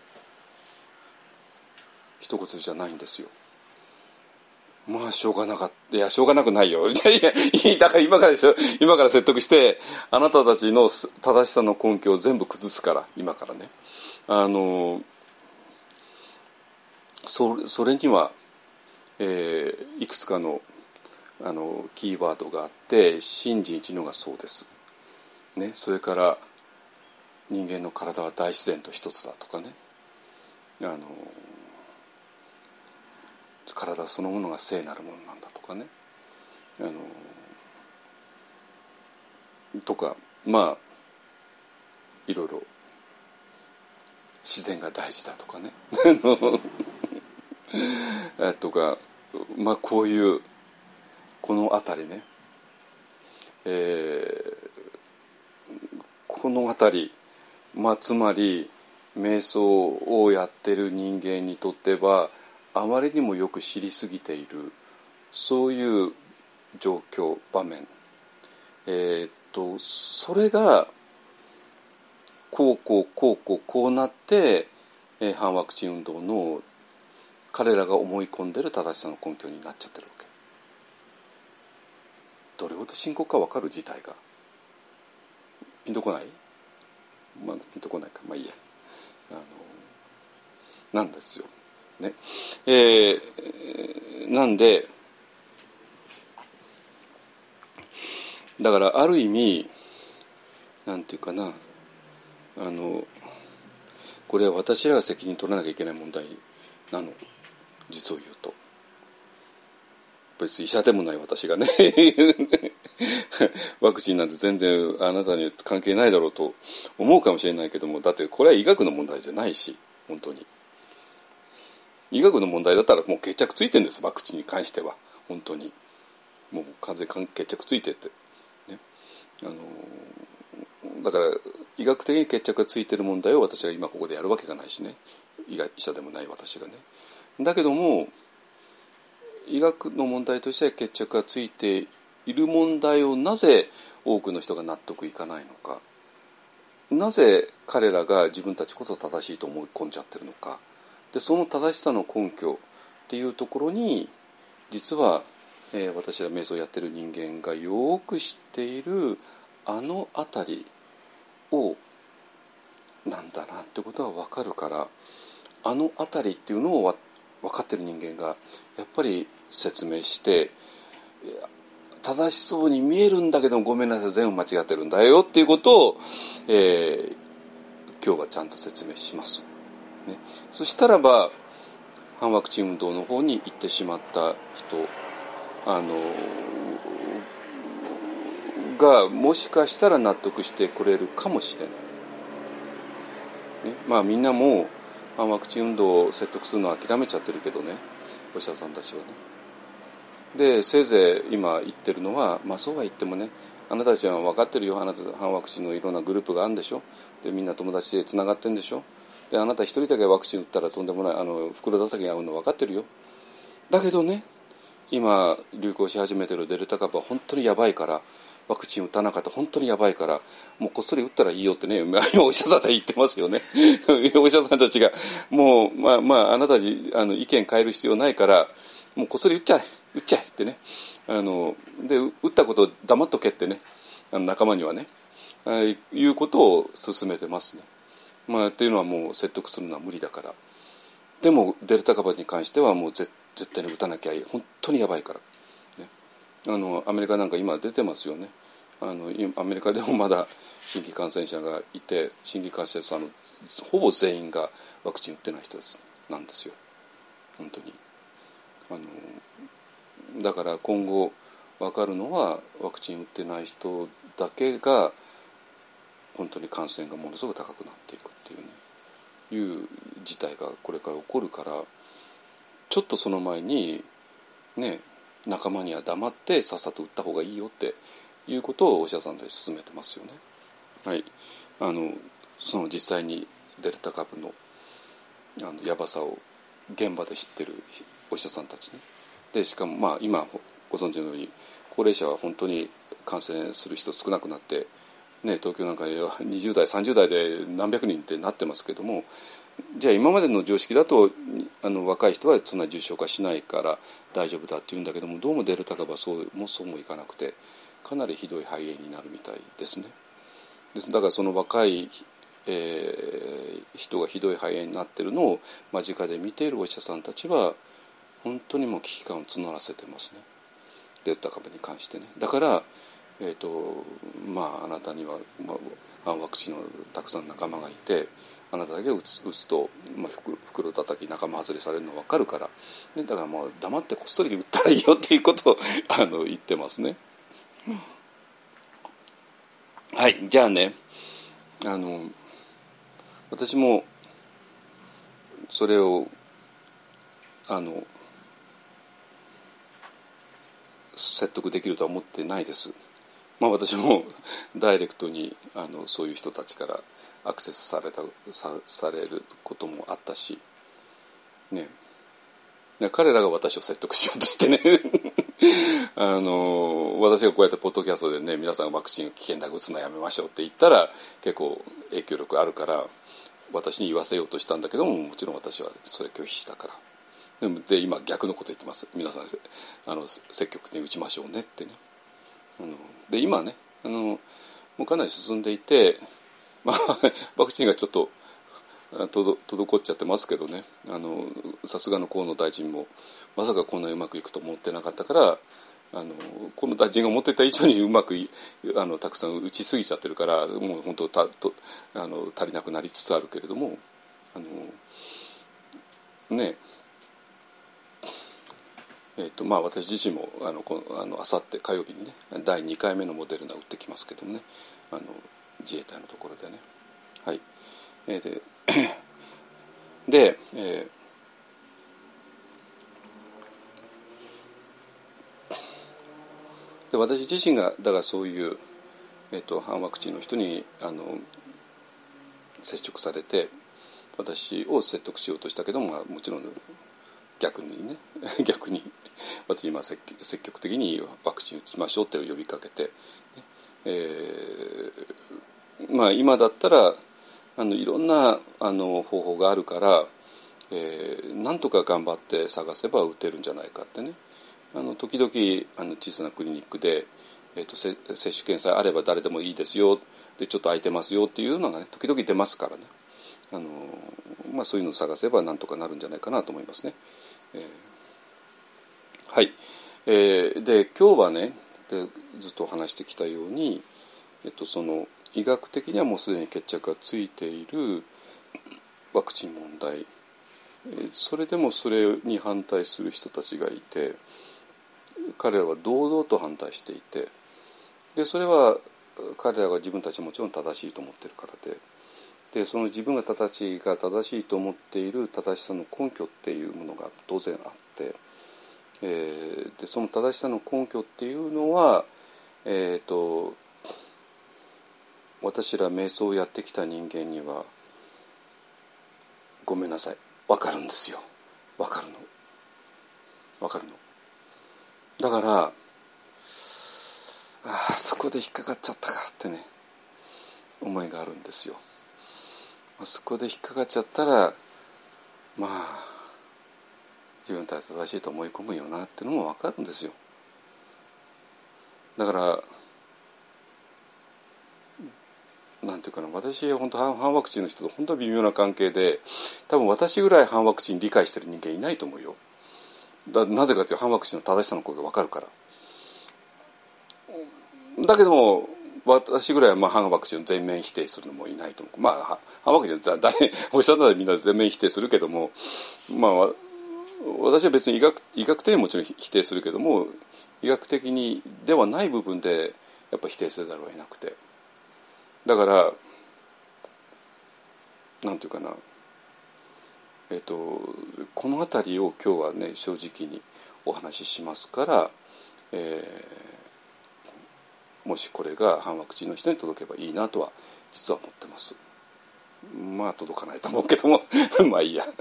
一言じゃないんですよ。まあしょうがなかった。いやしょうがなくないよ。いやだから今からでしょ。今から説得してあなたたちの正しさの根拠を全部崩すから、今からね。それにはいくつかのキーワードがあって、信心一のがそうです、ね、それから人間の体は大自然と一つだとかね、体そのものが聖なるものなんだとかね、とか、まあいろいろ自然が大事だとかねとか、まあこういうこの辺りね、この辺り、まあつまり瞑想をやってる人間にとってはあまりにもよく知りすぎている、そういう状況場面、それがこうなって、反ワクチン運動の彼らが思い込んでる正しさの根拠になっちゃってるわけ。どれほど深刻か分かる事態がピンとこない？まあピンとこないか、まあいいや。なんですよね。なんでだからある意味なんていうかな、これは私らが責任取らなきゃいけない問題なの。実を言うと別に医者でもない私がねワクチンなんて全然あなたに関係ないだろうと思うかもしれないけども、だってこれは医学の問題じゃないし、本当に医学の問題だったらもう決着ついてるんです。ワクチンに関しては本当にもう完全に決着ついてってね、だから医学的に決着がついてる問題を私が今ここでやるわけがないしね、医者でもない私がね。だけども医学の問題として決着がついている問題をなぜ多くの人が納得いかないのか、なぜ彼らが自分たちこそ正しいと思い込んじゃってるのか、でその正しさの根拠っていうところに実は、私ら瞑想をやってる人間がよく知っているあのあたりをなんだなってことは分かるから、あのあたりっていうのを分かってる人間がやっぱり説明して、正しそうに見えるんだけどごめんなさい全部間違ってるんだよっていうことを、今日はちゃんと説明します、ね、そしたらば反ワクチン運動の方に行ってしまった人がもしかしたら納得してくれるかもしれない、ね、まあみんなも反ワクチン運動を説得するのは諦めちゃってるけどね、お医者さんたちはね。でせいぜい今言ってるのは、まあそうは言ってもね、あなたたちは分かってるよ、あなた反ワクチンのいろんなグループがあるんでしょ、でみんな友達でつながってるんでしょ、であなた一人だけワクチン打ったらとんでもない袋叩きが合うの分かってるよ。だけどね、今流行し始めてるデルタ株は本当にやばいから、ワクチン打たなかったら本当にやばいから、もうこっそり打ったらいいよってね、お医者さんたち言ってますよねお医者さんたちがもうあなたたち意見変える必要ないから、もうこっそり打っちゃえってね、 で打ったことを黙っとけってね、仲間にはねいうことを勧めてますね。っていうのはもう説得するのは無理だから。でもデルタ株に関してはもう絶対に打たなきゃいい、本当にやばいから、ね、アメリカなんか今出てますよね。アメリカでもまだ新規感染者がいて、新規感染者のほぼ全員がワクチン打ってない人なんですよ、本当に。だから今後分かるのは、ワクチン打ってない人だけが本当に感染がものすごく高くなっていくっていうね、いう事態がこれから起こるから、ちょっとその前にね、仲間には黙ってさっさと打った方がいいよっていうことをお医者さんたち勧めてますよね。はい、その実際にデルタ株のやばさを現場で知ってるお医者さんたちね。でしかも今ご存知のように高齢者は本当に感染する人少なくなって、ね、東京なんかでは20代30代で何百人ってなってますけども、じゃあ今までの常識だと若い人はそんな重症化しないから大丈夫だって言うんだけども、どうもデルタ株はそうもいかなくて、かなりひどい肺炎になるみたいですね。だからその若い、人がひどい肺炎になっているのを間近で見ているお医者さんたちは本当にもう危機感を募らせてますね、デルタ株に関してね。だから、あなたには、ワクチンのたくさん仲間がいて、あなただけ打つと、袋叩き仲間外れされるの分かるから、ね、だからもう黙ってこっそり打ったらいいよっていうことを言ってますね。はい、じゃあね、私もそれを説得できるとは思ってないです。私もダイレクトにそういう人たちからアクセスされることもあったし、ね、彼らが私を説得しようとしてね私がこうやってポッドキャストでね、皆さんワクチン危険だ、打つのやめましょうって言ったら結構影響力あるから私に言わせようとしたんだけども、もちろん私はそれ拒否したから。で今逆のこと言ってます。皆さん積極的に打ちましょうねってね。で今ねもうかなり進んでいて、ワクチンがちょっと滞っちゃってますけどね、さすがの河野大臣もまさかこんなにうまくいくと思ってなかったから、河野大臣が思ってた以上にうまくたくさん打ちすぎちゃってるから、もう本当足りなくなりつつあるけれども、ね私自身もあさって火曜日にね第2回目のモデルナ打ってきますけどもね、自衛隊のところでね。はい、で私自身がだからそういう、反ワクチンの人に接触されて私を説得しようとしたけども、もちろん逆にね逆に私今積極的にワクチン打ちましょうって呼びかけて、今だったらいろんな方法があるから、なんとか頑張って探せば打てるんじゃないかってね、時々小さなクリニックで、接種券さえあれば誰でもいいですよでちょっと空いてますよっていうのがね時々出ますからね、そういうのを探せばなんとかなるんじゃないかなと思いますね。はい、で今日はねずっと話してきたように、その医学的にはもうすでに決着がついているワクチン問題、それでもそれに反対する人たちがいて、彼らは堂々と反対していて、でそれは彼らが自分たちはもちろん正しいと思っているからで、その自分が正しいと思っている正しさの根拠っていうものが当然あって、でその正しさの根拠っていうのは、私ら瞑想をやってきた人間にはごめんなさい分かるんですよ。分かるのだからそこで引っかかっちゃったかってね思いがあるんですよ。そこで引っかかっちゃったら自分たち正しいと思い込むよなっていうのも分かるんですよ。 だからなんていうかな、私は本当反ワクチンの人と本当は微妙な関係で、多分私ぐらい反ワクチン理解してる人間いないと思うよ。なぜかというと反ワクチンの正しさの声が分かるから。だけども私ぐらいはまあ反ワクチンを全面否定するのもいないと思う。まあ反ワクチンは誰お医者さんならみんな全面否定するけども、まあ私は別に医学的にもちろん否定するけども、医学的にではない部分でやっぱ否定せざるを得なくて、だからなんていうかな、この辺りを今日はね正直にお話ししますから、もしこれが反ワクチンの人に届けばいいなとは実は思ってます。まあ届かないと思うけどもまあいいや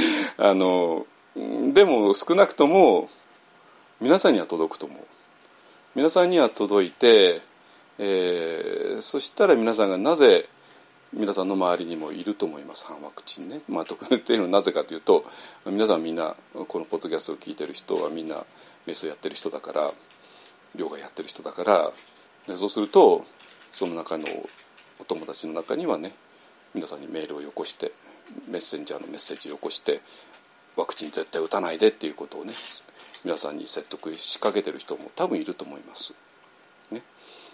でも少なくとも皆さんには届くと思う。皆さんには届いて、そしたら皆さんがなぜ皆さんの周りにもいると思います、反ワクチンね。まあ特にっていうのはなぜかというと、皆さんみんなこのポッドキャストを聞いてる人はみんなメスをやってる人だから、ヨガやってる人だから、でそうするとその中のお友達の中にはね、皆さんにメールをよこして、メッセンジャーのメッセージをよこして、ワクチン絶対打たないでっていうことをね、皆さんに説得しかけてる人も多分いると思います、ね。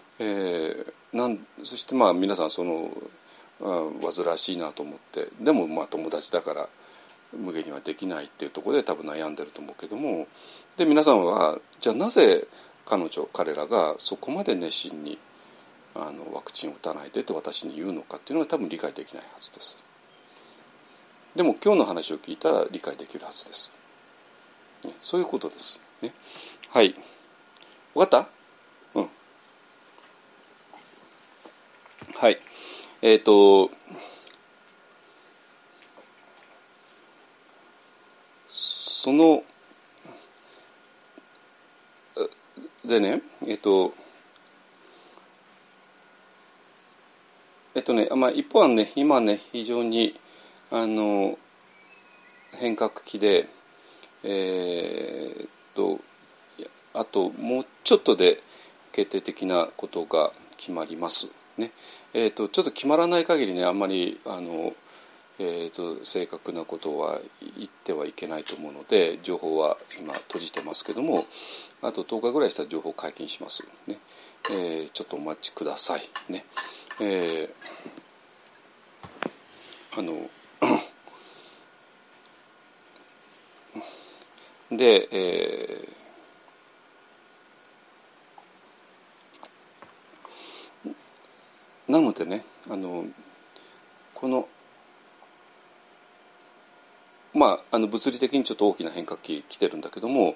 そしてまあ皆さんその煩わしいなと思って、でもまあ友達だから無限にはできないっていうところで多分悩んでると思うけども、で皆さんはじゃあなぜ彼らがそこまで熱心にワクチンを打たないでって私に言うのかっていうのが多分理解できないはずです。でも今日の話を聞いたら理解できるはずです。そういうことです、ね。はい。分かった？うん。はい。そのでね、まあ一方はね、今ね非常に変革期で、あともうちょっとで決定的なことが決まりますね。ちょっと決まらない限りね、あんまり正確なことは言ってはいけないと思うので、情報は今閉じてますけども、あと10日ぐらいしたら情報解禁しますね。ちょっとお待ちくださいね。で、なのでね、このまあ物理的にちょっと大きな変革期来てるんだけども、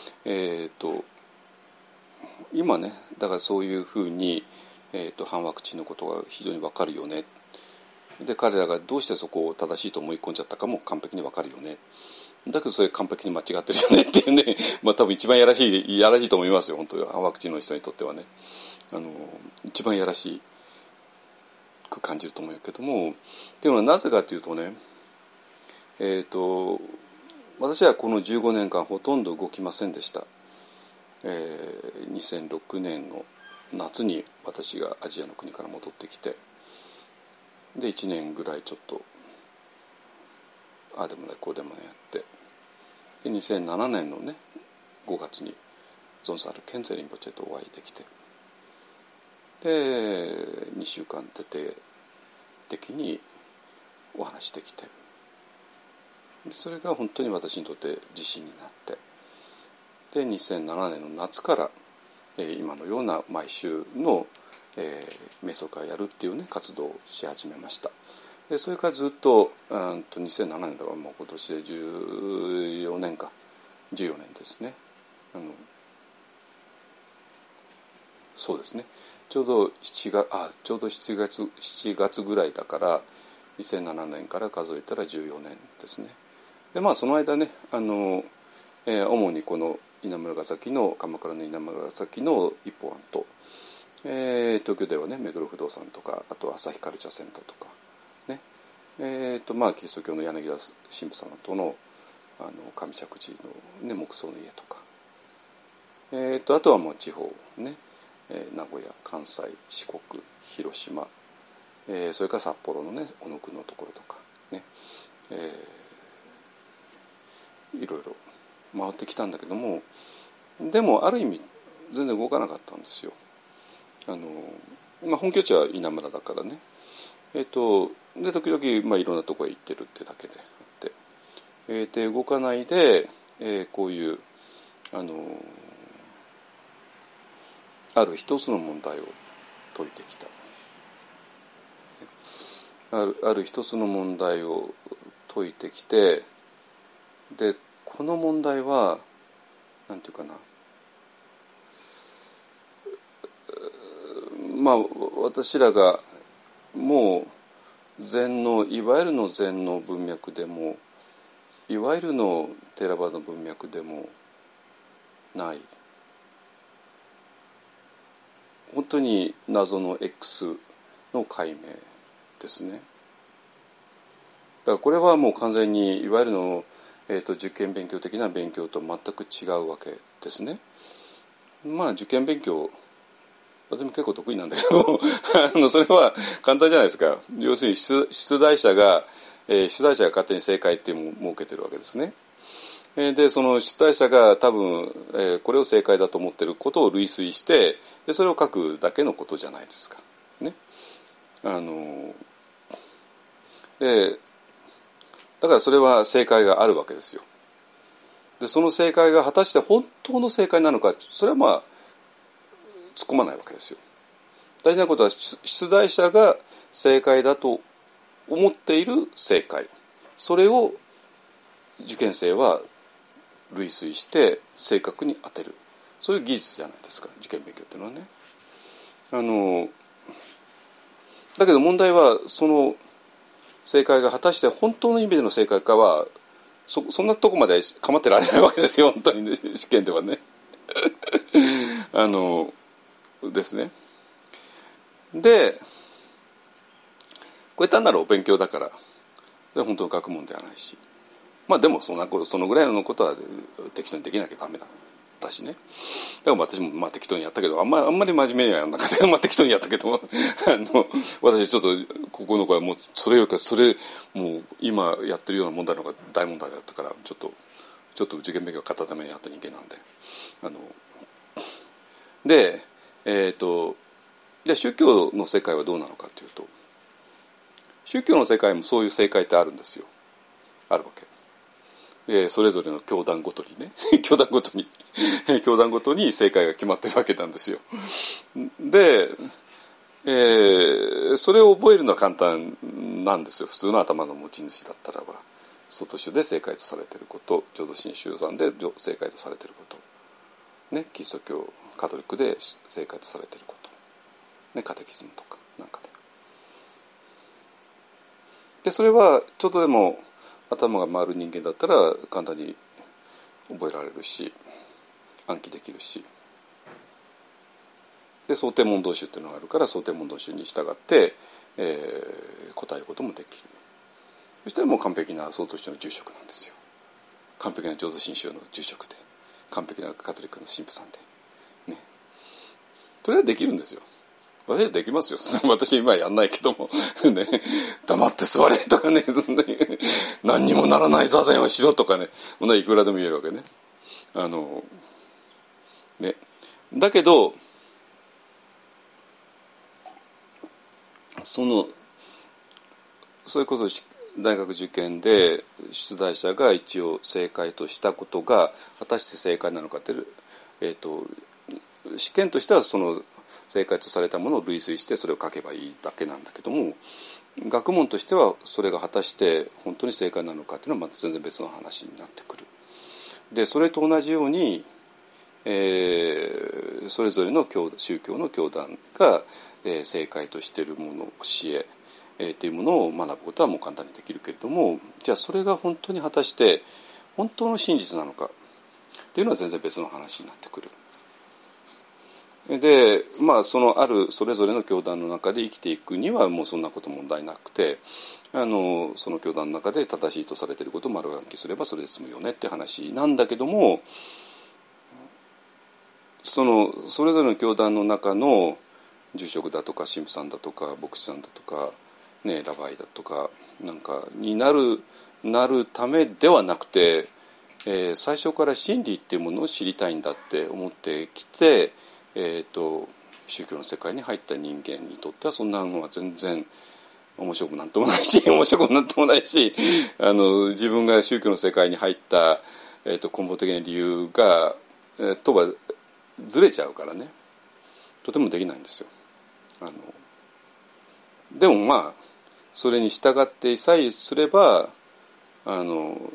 今ねだからそういうふうに、反ワクチンのことが非常に分かるよね。で彼らがどうしてそこを正しいと思い込んじゃったかも完璧に分かるよね。だけどそれ完璧に間違ってるよねっていうね、まあ多分一番やらしいと思いますよ、本当に反ワクチンの人にとってはね。一番やらしく感じると思うけども、っていうのはなぜかというとね、私はこの15年間ほとんど動きませんでした。2006年の夏に私がアジアの国から戻ってきて、で1年ぐらいちょっとああでもないこうでもないやって、で2007年のね5月にゾンサール・ケンツェリンポチェとお会いできて、で2週間徹底的にお話できて、それが本当に私にとって自信になって、で2007年の夏から今のような毎週の瞑想会やるっていうね活動をし始めました。でそれからずっと2007年だからもう今年で14年か14年ですね。そうですね、ちょうど7月ぐらいだから2007年から数えたら14年ですね。でまあその間ね主にこの稲村ヶ崎の鎌倉の稲村ヶ崎の一歩庵と、東京ではね目黒不動産とか、あと朝日カルチャーセンターとかね、まあキリスト教の柳田神父様との上石寺の、ね、木造の家とか、あとはもう地方ね、 名古屋、関西、四国、広島、それから札幌のね小野区のところとかね、いろいろ回ってきたんだけども、でもある意味全然動かなかったんですよ。本拠地は稲村だからね、で時々、いろんなとこへ行ってるってだけであって、で動かないで、こういうある一つの問題を解いてきた。ある一つの問題を解いてきて、でこの問題はなんていうかな、私らがもう禅のいわゆるの禅の文脈でもいわゆるのテラバの文脈でもない、本当に謎の X の解明ですね。だからこれはもう完全にいわゆるの、受験勉強的な勉強と全く違うわけですね。受験勉強私も結構得意なんだけどそれは簡単じゃないですか。要するに出題者が勝手に正解っていうのを設けてるわけですね。でその出題者が多分、これを正解だと思ってることを類推してでそれを書くだけのことじゃないですかね。だからそれは正解があるわけですよ。でその正解が果たして本当の正解なのか、それは突っ込まないわけですよ。大事なことは出題者が正解だと思っている正解、それを受験生は類推して正確に当てる、そういう技術じゃないですか、受験勉強っていうのはね。だけど問題はその正解が果たして本当の意味での正解かはそんなとこまで構ってられないわけですよ、本当に、ね、試験ではねですね。でこれ単なるお勉強だから本当の学問ではないし、でもそのぐらいのことは適当にできなきゃダメだったしね。だから私も適当にやったけど、あんまり真面目にはやんなかったけど適当にやったけども私ちょっとここの子はもうそれよりかもう今やってるような問題の方が大問題だったからちょっと受験勉強を片手目にやった人間なんでじゃあ宗教の世界はどうなのかというと、宗教の世界もそういう正解ってあるんですよ。あるわけ。それぞれの教団ごとにね教団ごとに正解が決まってるわけなんですよ。で、それを覚えるのは簡単なんですよ。普通の頭の持ち主だったらば外宗で正解とされていること、浄土真宗山で正解とされていることね、キリスト教カトリックで正解とされていることね、カテキズムとかなんかでそれはちょっとでも頭が回る人間だったら簡単に覚えられるし暗記できるし、で想定問答集っていうのがあるから想定問答集に従って、答えることもできる。そしたらもう完璧な曹洞宗の住職なんですよ。完璧な浄土真宗の住職で完璧なカトリックの神父さんでね、それはできるんですよ。私はできますよ。私今やんないけどもね、黙って座れとかね何にもならない座禅をしろとかね、いくらでも言えるわけね。だけどそれこそ大学受験で出題者が一応正解としたことが果たして正解なのかって、試験としてはその正解とされたものを類推してそれを書けばいいだけなんだけども、学問としてはそれが果たして本当に正解なのかっていうのはまた全然別の話になってくる。でそれと同じように、それぞれの宗教の教団が、正解としているもの教えっていうものを学ぶことはもう簡単にできるけれども、じゃあそれが本当に果たして本当の真実なのかっていうのは全然別の話になってくる。でそれぞれの教団の中で生きていくにはもうそんなこと問題なくて、その教団の中で正しいとされていることを丸暗記すればそれで済むよねって話なんだけども、 それぞれの教団の中の住職だとか神父さんだとか牧師さんだとか、ね、ラバイだとかなんかになるためではなくて、最初から真理っていうものを知りたいんだって思ってきて、宗教の世界に入った人間にとってはそんなのは全然面白くなんともないし自分が宗教の世界に入った、根本的な理由が、とはずれちゃうからね、とてもできないんですよ。でもまあそれに従ってさえすれば安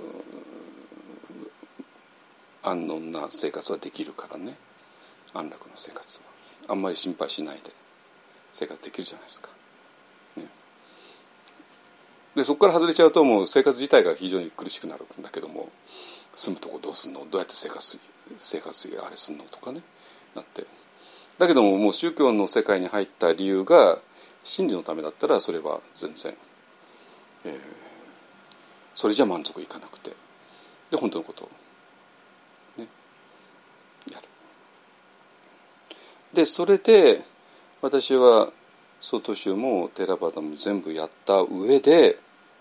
穏な生活はできるからね。安楽な生活はあんまり心配しないで生活できるじゃないですか、ね、でそこから外れちゃうともう生活自体が非常に苦しくなるんだけども、住むとこどうすんの、どうやって生活費あれすんのとかねなって、だけどももう宗教の世界に入った理由が真理のためだったらそれは全然、それじゃ満足いかなくて、で本当のことを、ね、やる。でそれで私は外宗もテラバダも全部やった上で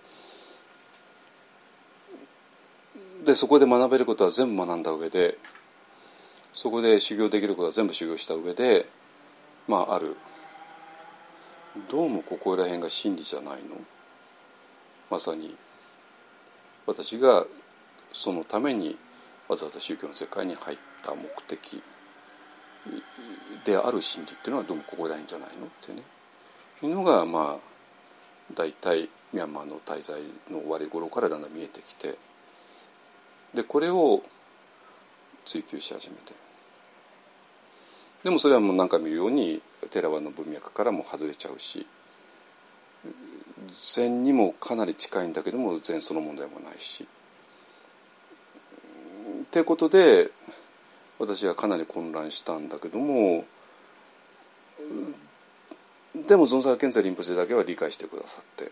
そこで学べることは全部学んだ上で、そこで修行できることは全部修行した上で、あるどうもここら辺が真理じゃないの、まさに私がそのためにわざわざ宗教の世界に入った目的である真理っていうのはどうもここら辺じゃないのってねいうのがだいたいミャンマーの滞在の終わり頃からだんだん見えてきて、でこれを追求し始めて、でもそれはもう何回も言うようにテラワの文脈からも外れちゃうし、禅にもかなり近いんだけども禅その問題もないしってことで私はかなり混乱したんだけども、でもゾンサー・ケンツァ・リンポチェだけは理解してくださって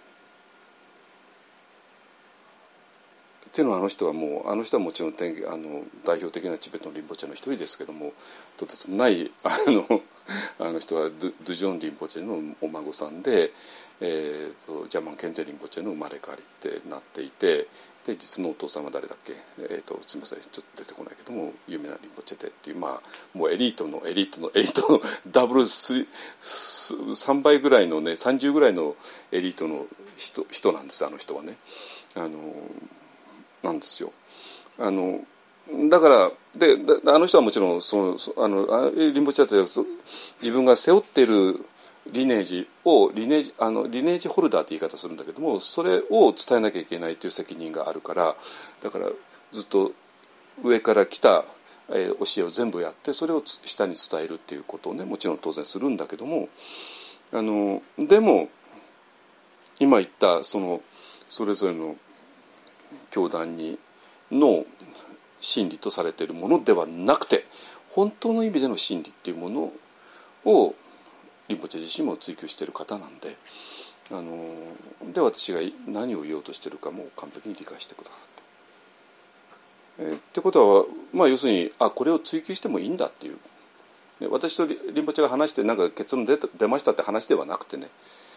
っていうのはあの人はもちろん代表的なチベットのリンポチェの一人ですけども、とてつもないあの人はドゥジョン・リンポチェのお孫さんで、ジャマン・ケンツェ・リンポチェの生まれ変わりってなっていて、で実のお父さんは誰だっけ、すみませんちょっと出てこないけども有名なリンポチェでっていう、もうエリートのダブル3倍ぐらいのね30ぐらいのエリートの人なんです、あの人はね。なんですよ。だからあの人はもちろんリンポチェって自分が背負っているリネージホルダーって言い方するんだけども、それを伝えなきゃいけないという責任があるから、だからずっと上から来た教えを全部やってそれを下に伝えるっていうことをねもちろん当然するんだけども、でも今言ったそれぞれの教団の真理とされているものではなくて、本当の意味での真理っていうものをリンポチェ自身も追求している方なんで、で私が何を言おうとしているかも完璧に理解してくださって、ってことは、要するにこれを追求してもいいんだっていう、私とリンポチェが話してなんか結論出ましたって話ではなくてね、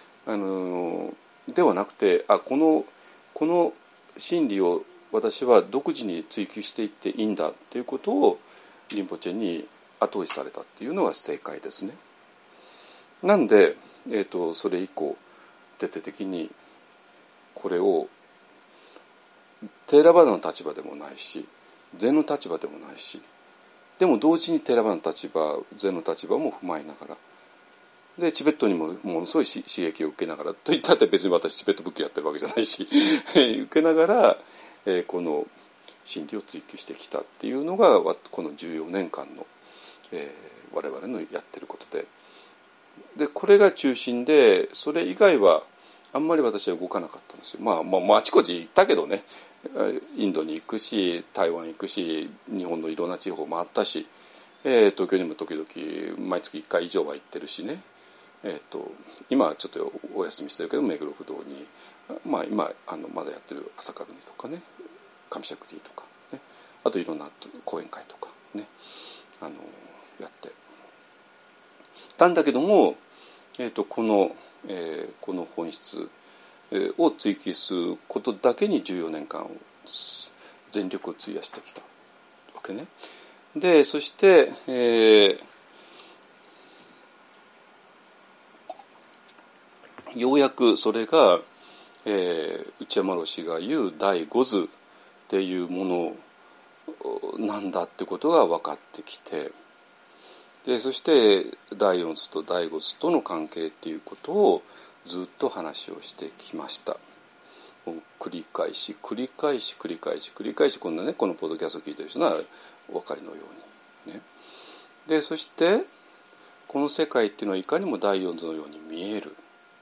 ではなくてこの真理を私は独自に追求していっていいんだということをリンポチェに後押しされたっていうのが正解ですね。なんで、それ以降徹底的にこれをテーラバダの立場でもないし禅の立場でもないし、でも同時にテーラバダの立場禅の立場も踏まえながらでチベットにもものすごい刺激を受けながらといったって別に私チベット仏教やってるわけじゃないし受けながら、この真理を追求してきたっていうのがこの14年間の、我々のやってることでこれが中心で、それ以外はあんまり私は動かなかったんですよ。あちこち行ったけどね、インドに行くし台湾行くし日本のいろんな地方回ったし、東京にも時々毎月1回以上は行ってるしね、今はちょっとお休みしてるけど目黒不動に、今まだやってる朝霞とかね上釈寺とかね、あといろんな講演会とかねやってたんだけども、この本質を追求することだけに14年間全力を費やしてきたわけね。でそして、ようやくそれが、内山老師が言う第五図っていうものなんだってことが分かってきて、でそして第四図と第五図との関係っていうことをずっと話をしてきました。繰り返しこんなね、このポッドキャストを聞いてる人はお分かりのようにね。でそしてこの世界っていうのはいかにも第四図のように見える。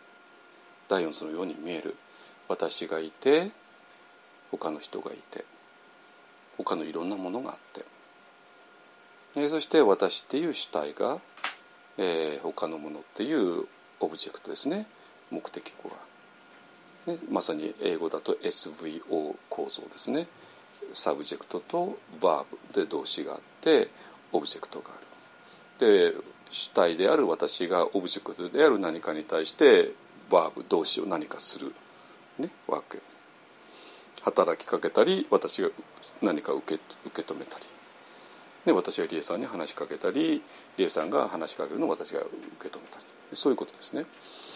私がいて、他の人がいて、他のいろんなものがあって、そして私っていう主体が、他のものっていうオブジェクトですね、目的語が、ね、まさに英語だと SVO 構造ですね。サブジェクトとバーブで動詞があってオブジェクトがある。で主体である私がオブジェクトである何かに対してバーブ動詞を何かする、ね、わけ。働きかけたり、私が何か受け止めたり、で私がリエさんに話しかけたり、リエさんが話しかけるのを私が受け止めたり、そういうことですね。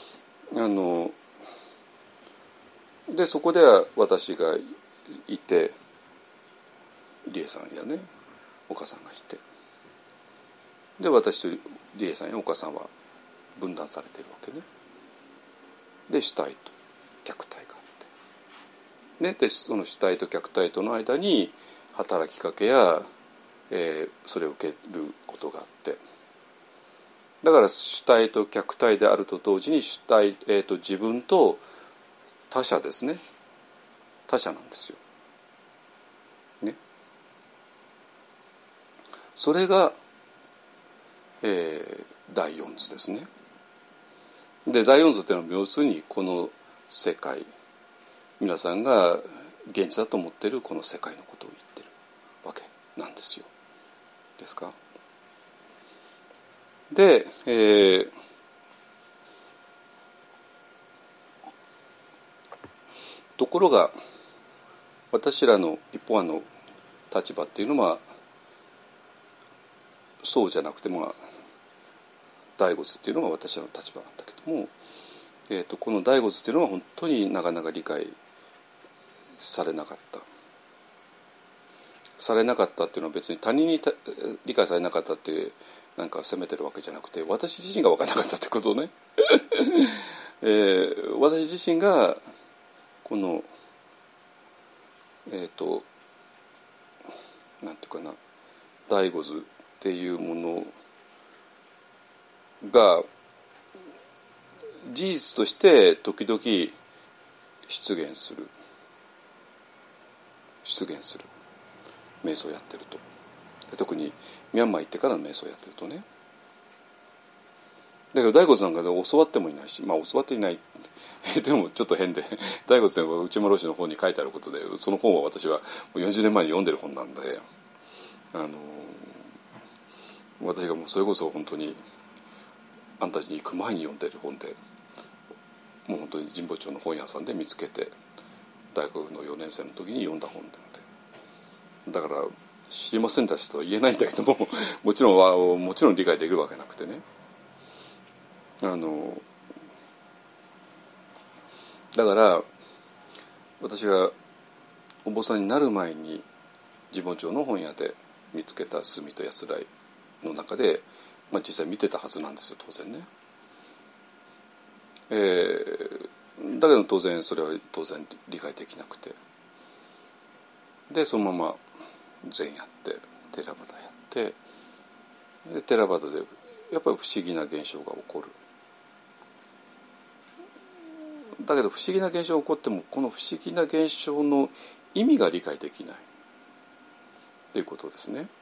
でそこでは私がいて、リエさんやね岡さんがいて、で私とリエさんや岡さんは分断されているわけね。で主体と客体があって、ね、でその主体と客体との間に働きかけや、それを受けることがあって、だから主体と客体であると同時に主体、自分と他者ですね、他者なんですよ、ね、それが、第四図ですね。で第四図っていうのは要するにこの世界、皆さんが現実だと思っているこの世界のことを言ってるわけなんですよ。ですか。で、ところが私らの一方の立場っていうのはそうじゃなくて、第五図っていうのが私らの立場なんだけども、この第五図っていうのは本当になかなか理解されなかったっていうのは別に他人に理解されなかったってなんか責めてるわけじゃなくて、私自身が分からなかったってことをね、私自身がこのなんていうかな、第五図っていうものが事実として時々出現する瞑想をやってると、特にミャンマー行ってからの瞑想をやってるとね。だけど大骨なんかで教わってもいないし、教わっていないでもちょっと変で、大骨は内間老師の本に書いてあることで、その本は私はもう40年前に読んでる本なんで、私がもうそれこそ本当にあんたたちに行く前に読んでる本で、もう本当に神保町の本屋さんで見つけて大学の4年生の時に読んだ本なので、だから知りませんでしたとは言えないんだけども、もちろん理解できるわけなくてね。だから私がお坊さんになる前に神保町の本屋で見つけた墨と安らいの中で、実際見てたはずなんですよ、当然ね。だけど当然それは理解できなくて、でそのまま禅やってテラバダやって、でテラバダでやっぱり不思議な現象が起こる。だけど不思議な現象が起こっても、この不思議な現象の意味が理解できないということですね。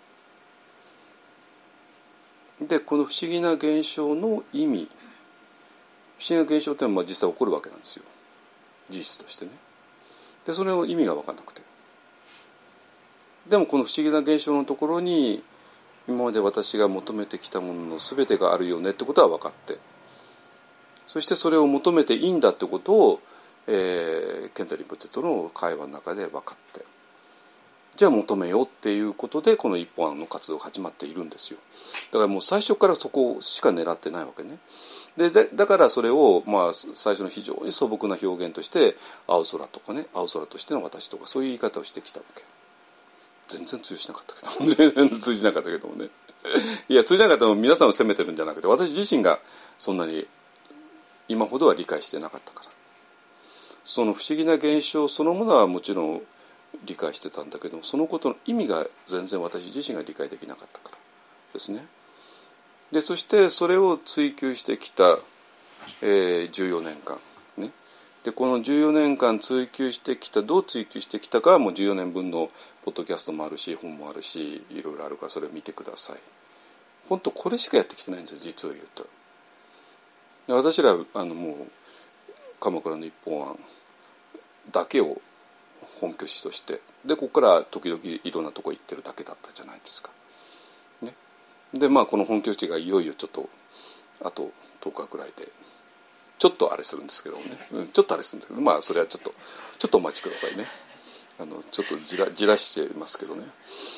でこの不思議な現象の意味、不思議な現象っていうのは実際起こるわけなんですよ、事実としてね。でそれの意味が分からなくて、でもこの不思議な現象のところに今まで私が求めてきたものの全てがあるよねってことは分かって、そしてそれを求めていいんだってことを、賢治リンポチェとの会話の中で分かって、じゃあ求めようっていうことでこの一本案の活動が始まっているんですよ。だからもう最初からそこしか狙ってないわけね。だからそれを、最初の非常に素朴な表現として青空とかね、青空としての私とかそういう言い方をしてきたわけ。全然通じなかったけどね通じなかったけどもねいや通じなかったのも皆さんを責めてるんじゃなくて、私自身がそんなに今ほどは理解してなかったから、その不思議な現象そのものはもちろん理解してたんだけども、そのことの意味が全然私自身が理解できなかったからですね。でそしてそれを追求してきた、14年間ね。でこの14年間追求してきた、どう追求してきたかはもう14年分のポッドキャストもあるし本もあるしいろいろあるから、それを見てください。本当これしかやってきてないんですよ、実を言うと。私らもう鎌倉の一本案だけを本拠地として、でここから時々いろんなとこ行ってるだけだったじゃないですか、ね。でこの本拠地がいよいよちょっとあと10日くらいでちょっとあれするんですけどね、ちょっとあれするんですけど、それはちょっとお待ちくださいね。ちょっとじらしてますけどね。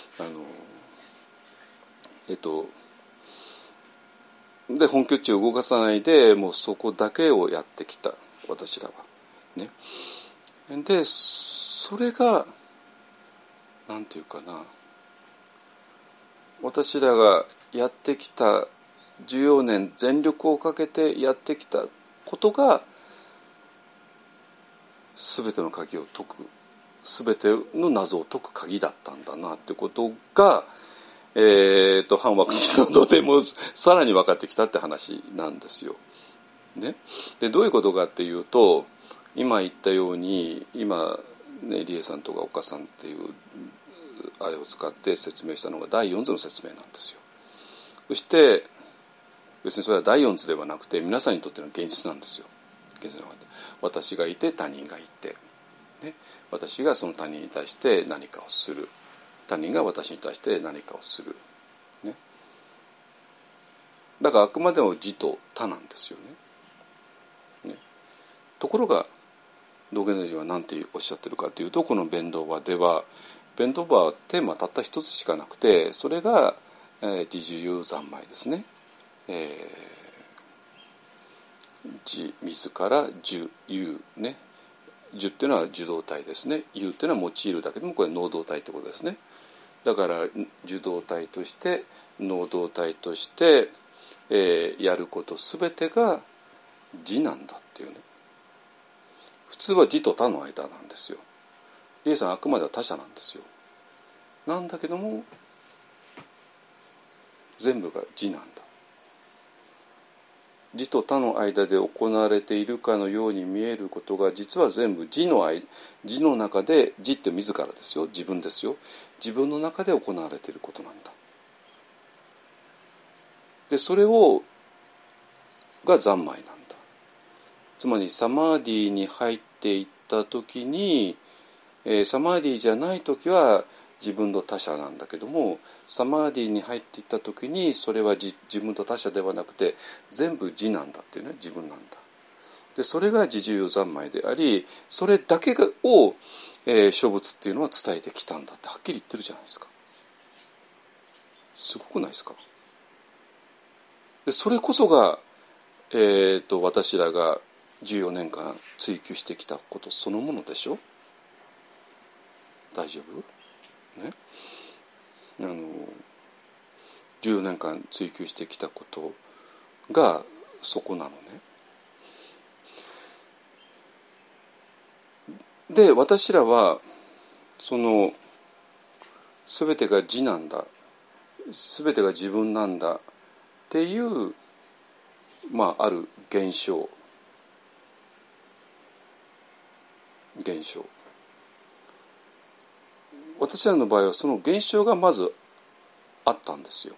で本拠地を動かさないでもうそこだけをやってきた私らはね。でそれがなんていうかな、私らがやってきた14年全力をかけてやってきたことが全ての鍵を解く、全ての謎を解く鍵だったんだなってことが、反ワクチンのでもさらに分かってきたって話なんですよ、ね。でどういうことかっていうと、今言ったように今ねリエさんとか岡さんっていうあれを使って説明したのが第4図の説明なんですよ。そして別にそれは第4図ではなくて皆さんにとっての現実なんですよ。現実の私がいて他人がいて、ね、私がその他人に対して何かをする、他人が私に対して何かをする、ね。だからあくまでも自と他なんですよね。ところが道元禅師は何ておっしゃってるかというと、この弁道話では弁道話はテーマたった一つしかなくて、それが、自受有三昧ですね。自自ら受有ね。受っていうのは受動体ですね。有っていうのは用いるだけでもこれ能動体ってことですね。だから受動体として能動体として、やることすべてが自なんだっていうね。普通は自と他の間なんですよ。イエスさんあくまでは他者なんですよ。なんだけども全部が自なんだ。自と他の間で行われているかのように見えることが実は全部自の中で、自って自らですよ、自分ですよ、自分の中で行われていることなんだ。でそれが三昧なんだ。つまりサマーディに入っていった時に、サマーディじゃない時は自分と他者なんだけども、サマーディに入っていった時にそれは自分と他者ではなくて全部自なんだっていうね、自分なんだ。でそれが自受有三昧であり、それだけを、諸仏っていうのは伝えてきたんだってはっきり言ってるじゃないですか。すごくないですか。でそれこそが、私らが14年間追求してきたことそのものでしょ。大丈夫ね。14年間追求してきたことがそこなのね。で私らはその全てが自なんだ、全てが自分なんだっていう、ある現象私らの場合はその現象がまずあったんですよ。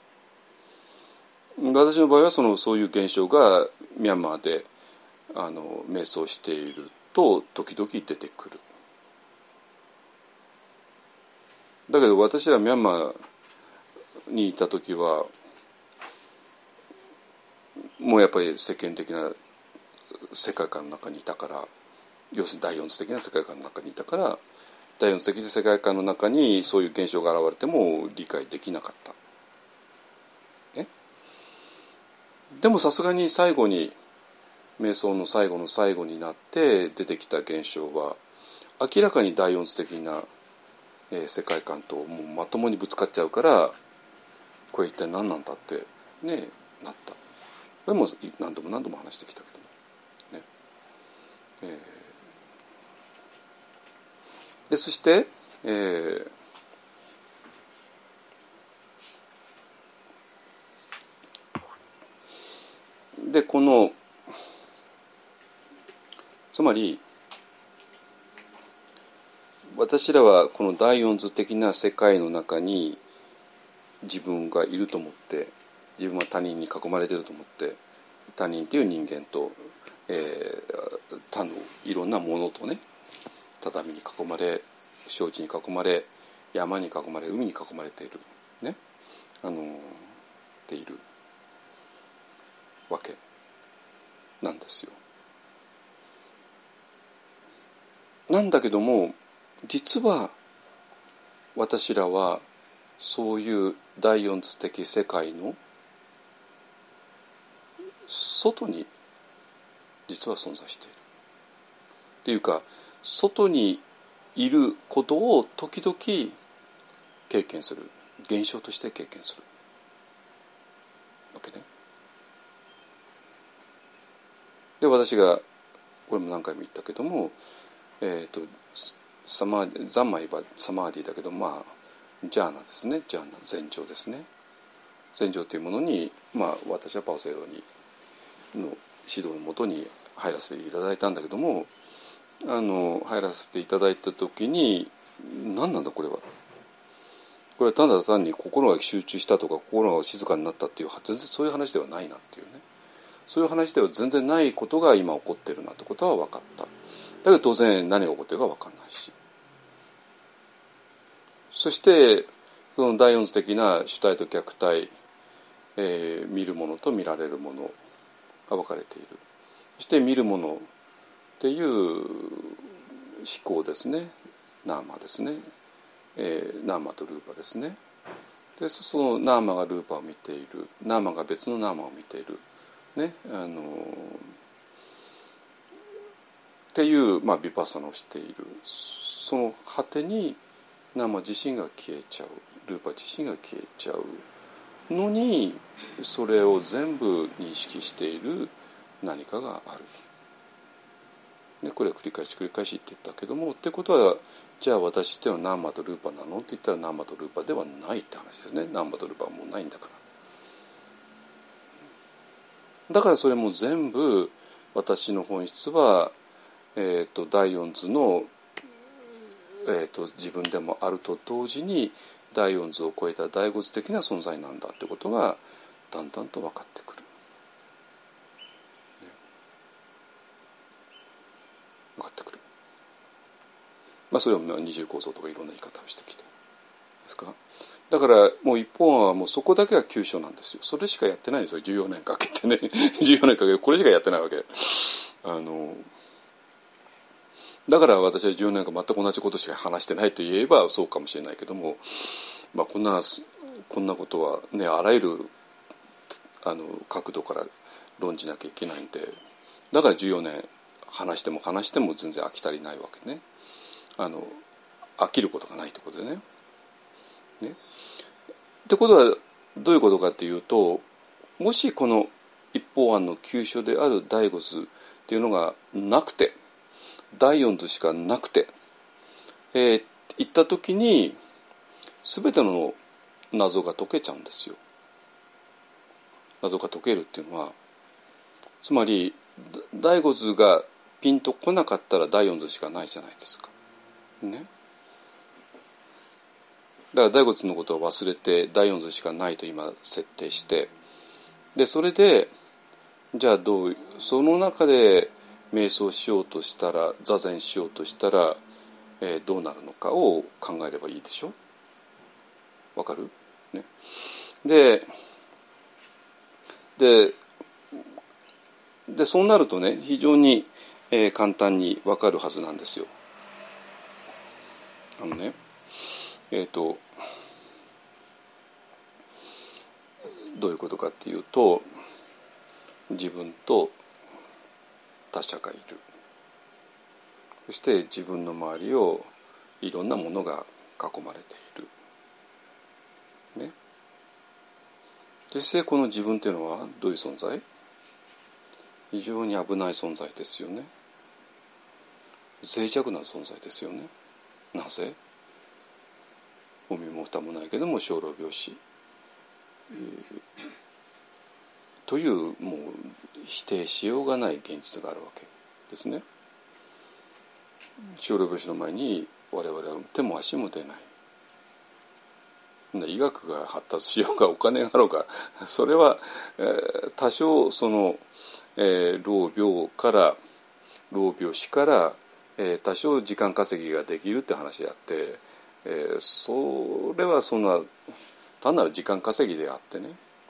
私の場合はそういう現象がミャンマーで瞑想していると時々出てくる。だけど私らミャンマーにいた時はもうやっぱり世間的な世界観の中にいたから、要するに第四次的な世界観の中にいたから、第四次的な世界観の中にそういう現象が現れても理解できなかった、ね、でもさすがに最後に瞑想の最後の最後になって出てきた現象は明らかに第四次的な世界観ともうまともにぶつかっちゃうから、これ一体何なんだってねなった。これも何度も何度も話してきたけどね。でそして、でこのつまり私らはこの第四図的な世界の中に自分がいると思って、自分は他人に囲まれていると思って、他人という人間と、他のいろんなものとね、畳に囲まれ、承知に囲まれ、山に囲まれ、海に囲まれているね、ているわけなんですよ。なんだけども実は私らはそういう第四図的世界の外に実は存在しているっていうか、外にいることを時々経験する、現象として経験するわけね。で私がこれも何回も言ったけども、三昧はサマーディだけど、ジャーナですね、ジャーナ禅定ですね。禅定というものに、私はパオセイドの指導のもとに入らせていただいたんだけども、入らせていただいた時に何なんだこれは、これはただ単に心が集中したとか心が静かになったっていう全然そういう話ではないなっていうね、そういう話では全然ないことが今起こってるなってことは分かった。だけど当然何が起こってるか分かんないし、そしてその第四図的な主体と客体、見るものと見られるものが分かれている。そして見るものっていう思考ですね、ナーマですね、ナーマとルーパですね。でそのナーマがルーパを見ている、ナーマが別のナーマを見ているね、っていう、ヴィパッサナをしている。その果てにナーマ自身が消えちゃう、ルーパ自身が消えちゃうのに、それを全部認識している何かがある。でこれは繰り返し繰り返しって言ったけども、ってことはじゃあ私っていうのはナーマとルーパなのって言ったらナーマとルーパではないって話ですね。ナーマとルーパはもうないんだから。だからそれも全部私の本質は、第四図の、自分でもあると同時に第四図を超えた第五図的な存在なんだってことがだんだんと分かってくる。分かってくる。それを二重構造とかいろんな言い方をしてきてですか。だからもう一方はもうそこだけが急所なんですよ。それしかやってないんですよ。14年かけてね14年かけてこれしかやってないわけ。だから私は14年間全く同じことしか話してないと言えばそうかもしれないけども、こんなことはね、あらゆる角度から論じなきゃいけないんで、だから14年話しても全然飽き足りないわけね。飽きることがないってことでね。ってことはどういうことかっていうと、もしこの一方案の急所である第五図っていうのがなくて、第四図しかなくて、いった時に全ての謎が解けちゃうんですよ。謎が解けるっていうのは、つまり第五図がピンとこなかったら第四図しかないじゃないですか。ね。だから第五図のことを忘れて第四図しかないと今設定して、でそれでじゃあその中で瞑想しようとしたら、座禅しようとしたら、どうなるのかを考えればいいでしょ。わかる？ね。 でそうなるとね、非常に、簡単に分かるはずなんですよ。どういうことかっていうと、自分と他者がいる。そして自分の周りをいろんなものが囲まれている。ね。そしてこの自分というのはどういう存在？非常に危ない存在ですよね。脆弱な存在ですよね。なぜ？お身も蓋もないけども生老病死、というもう否定しようがない現実があるわけですね。生老病死の前に我々は手も足も出ない。医学が発達しようがお金があろうが、それは、多少その、老病死から、多少時間稼ぎができるって話であって、それはそんな単なる時間稼ぎであってね。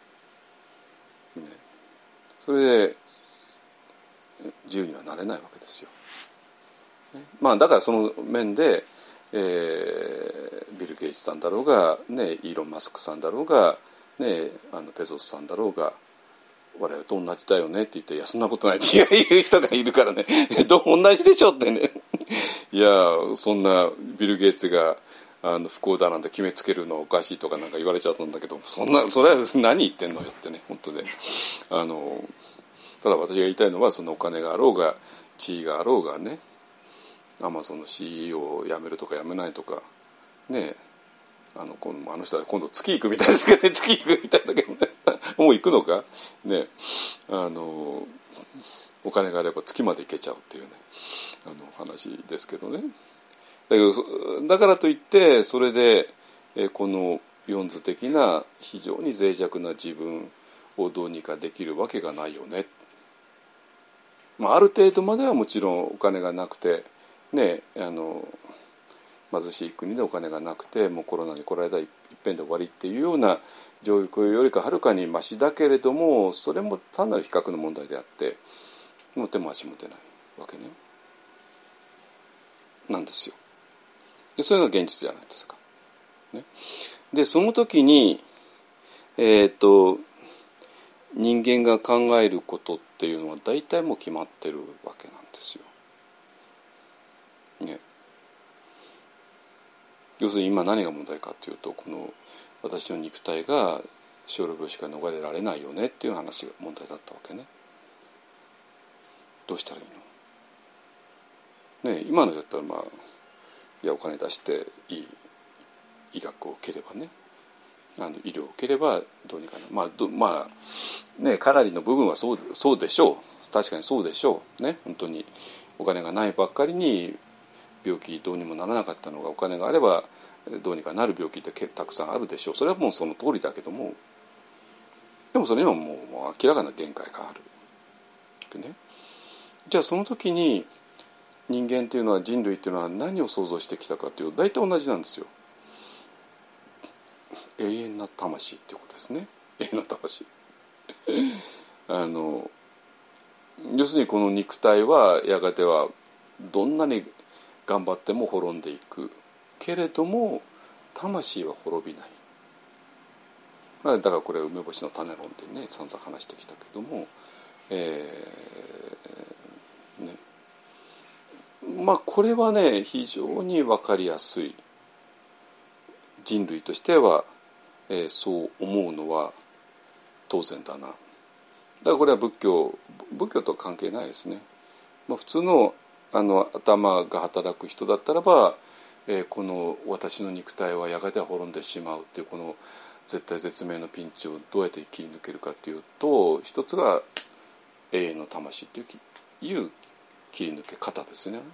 それで自由にはなれないわけですよ。まあだからその面で、ビル・ゲイツさんだろうが、ね、イーロン・マスクさんだろうが、ね、ペゾスさんだろうが、我々と同じだよねって言って、いやそんなことないって言う人がいるからね同じでしょってねいやそんなビル・ゲイツが不幸だなんて決めつけるのおかしいとかなんか言われちゃったんだけど、それは何言ってんのよってね、本当ね。ただ私が言いたいのは、そのお金があろうが地位があろうがね、アマゾンの CEO を辞めるとか辞めないとかね、あの人は今度月行くみたいですけどね、月行くみたいだけどねもう行くのかね、お金があれば月まで行けちゃうっていうね、話ですけどね。だからといってそれで、この四図的な非常に脆弱な自分をどうにかできるわけがないよね。まあ、ある程度まではもちろんお金がなくてね、貧しい国でお金がなくてもうコロナに来られたらいっぺんで終わりっていうような状況よりかはるかにマシだけれども、それも単なる比較の問題であって、もう手も足も出ないわけねなんですよ。でそれが現実じゃないですか、ね、でその時に人間が考えることっていうのは大体もう決まってるわけなんですよ、ね。要するに今何が問題かというと、この私の肉体が生老病死から逃れられないよねっていう話が問題だったわけね。どうしたらいいの？ね、今のだったらまあいやお金出していい医学を受ければね、医療を受ければどうにかな、まあね、かなりの部分はそうでしょう。確かにそうでしょうね。本当にお金がないばっかりに病気どうにもならなかったのが、お金があればどうにかなる病気ってたくさんあるでしょう。それはもうその通りだけども、でもそれにはもう明らかな限界がある、ね。じゃあその時に人間っていうのは、人類っていうのは何を想像してきたかというと大体同じなんですよ。永遠な魂っていうことですね。永遠な魂要するにこの肉体はやがてはどんなに頑張っても滅んでいくけれども、魂は滅びない。だからこれは梅干しの種論でね散々話してきたけども、まあこれはね非常に分かりやすい。人類としては、そう思うのは当然だな。だからこれは仏教とは関係ないですね。まあ、普通の頭が働く人だったらば、この私の肉体はやがては滅んでしまうっていうこの絶対絶命のピンチをどうやって切り抜けるかっていうと、一つが永遠の魂っていう切り抜け方ですね。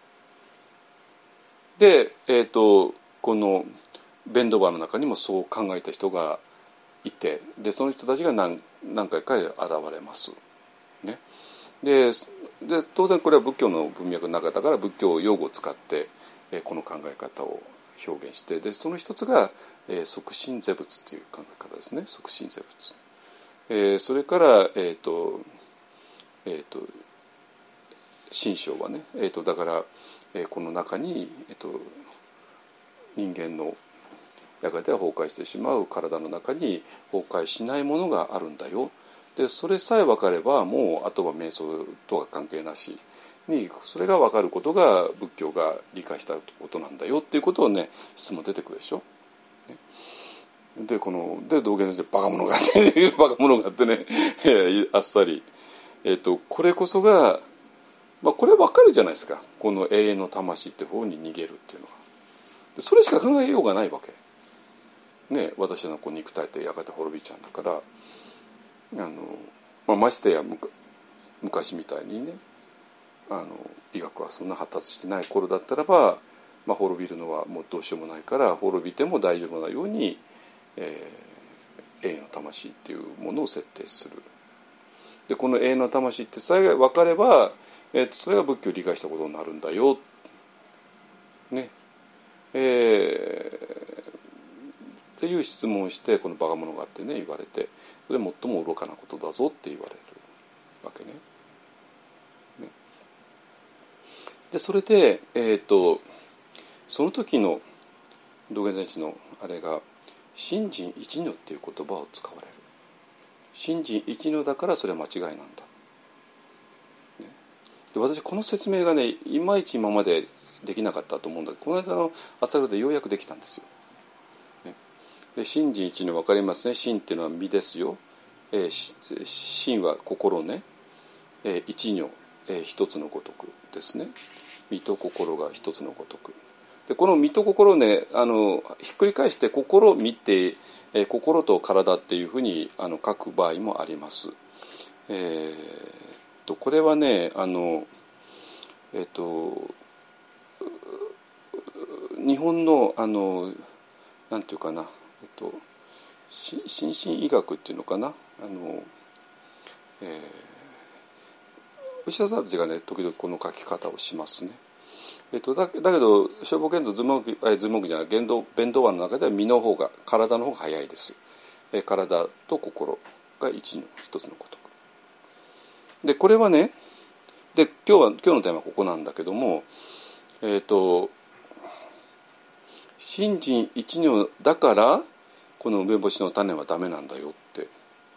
で、このベンドバーの中にもそう考えた人がいて、でその人たちが何回か現れます、ね。で当然これは仏教の文脈の中だから仏教用語を使ってこの考え方を表現して、でその一つが、即身是仏っていう考え方ですね。即身是仏、それから、心象はね、だから、この中に、人間のやがては崩壊してしまう体の中に崩壊しないものがあるんだよ。でそれさえ分かればもうあとは瞑想とは関係なしに、それが分かることが仏教が理解したことなんだよっていうことをね、質問出てくるでしょ。で道元先生バカ者がっていうバカ者がってねあっさり、これこそが、これ分かるじゃないですか。この永遠の魂って方に逃げるっていうのはそれしか考えようがないわけね。私の肉体ってやがて滅びちゃうんだから、ましてや昔みたいにね医学はそんな発達してない頃だったらば、滅びるのはもうどうしようもないから滅びても大丈夫なように、永遠の魂っていうものを設定する。でこの永遠の魂ってさえ分かれば、それが仏教を理解したことになるんだよね。っていう質問をしてこのバカ者があってね言われて、それ最も愚かなことだぞって言われるわけね。でそれで、その時の道元先生のあれが信心一如っていう言葉を使われる。信心一如だからそれは間違いなんだ。で私この説明がねいまいち今までできなかったと思うんだけど、この間の朝ルでようやくできたんですよ。で信心一如分かりますね。信っていうのは身ですよ。心は心ね。一如、一つのごとくですね。身と心が一つのごとく。でこの身と心ねひっくり返して心身って、心と体っていうふうに書く場合もあります。これはね日本のなんていうかな、心身医学っていうのかな、お医者さんたちがね時々この書き方をしますね。だけど正法見蔵図目じゃない弁道話の中では身の方が体の方が早いです。体と心が一つのことで、これはねで今日のテーマはここなんだけども、信心一如だからこの梅干しの種はダメなんだよって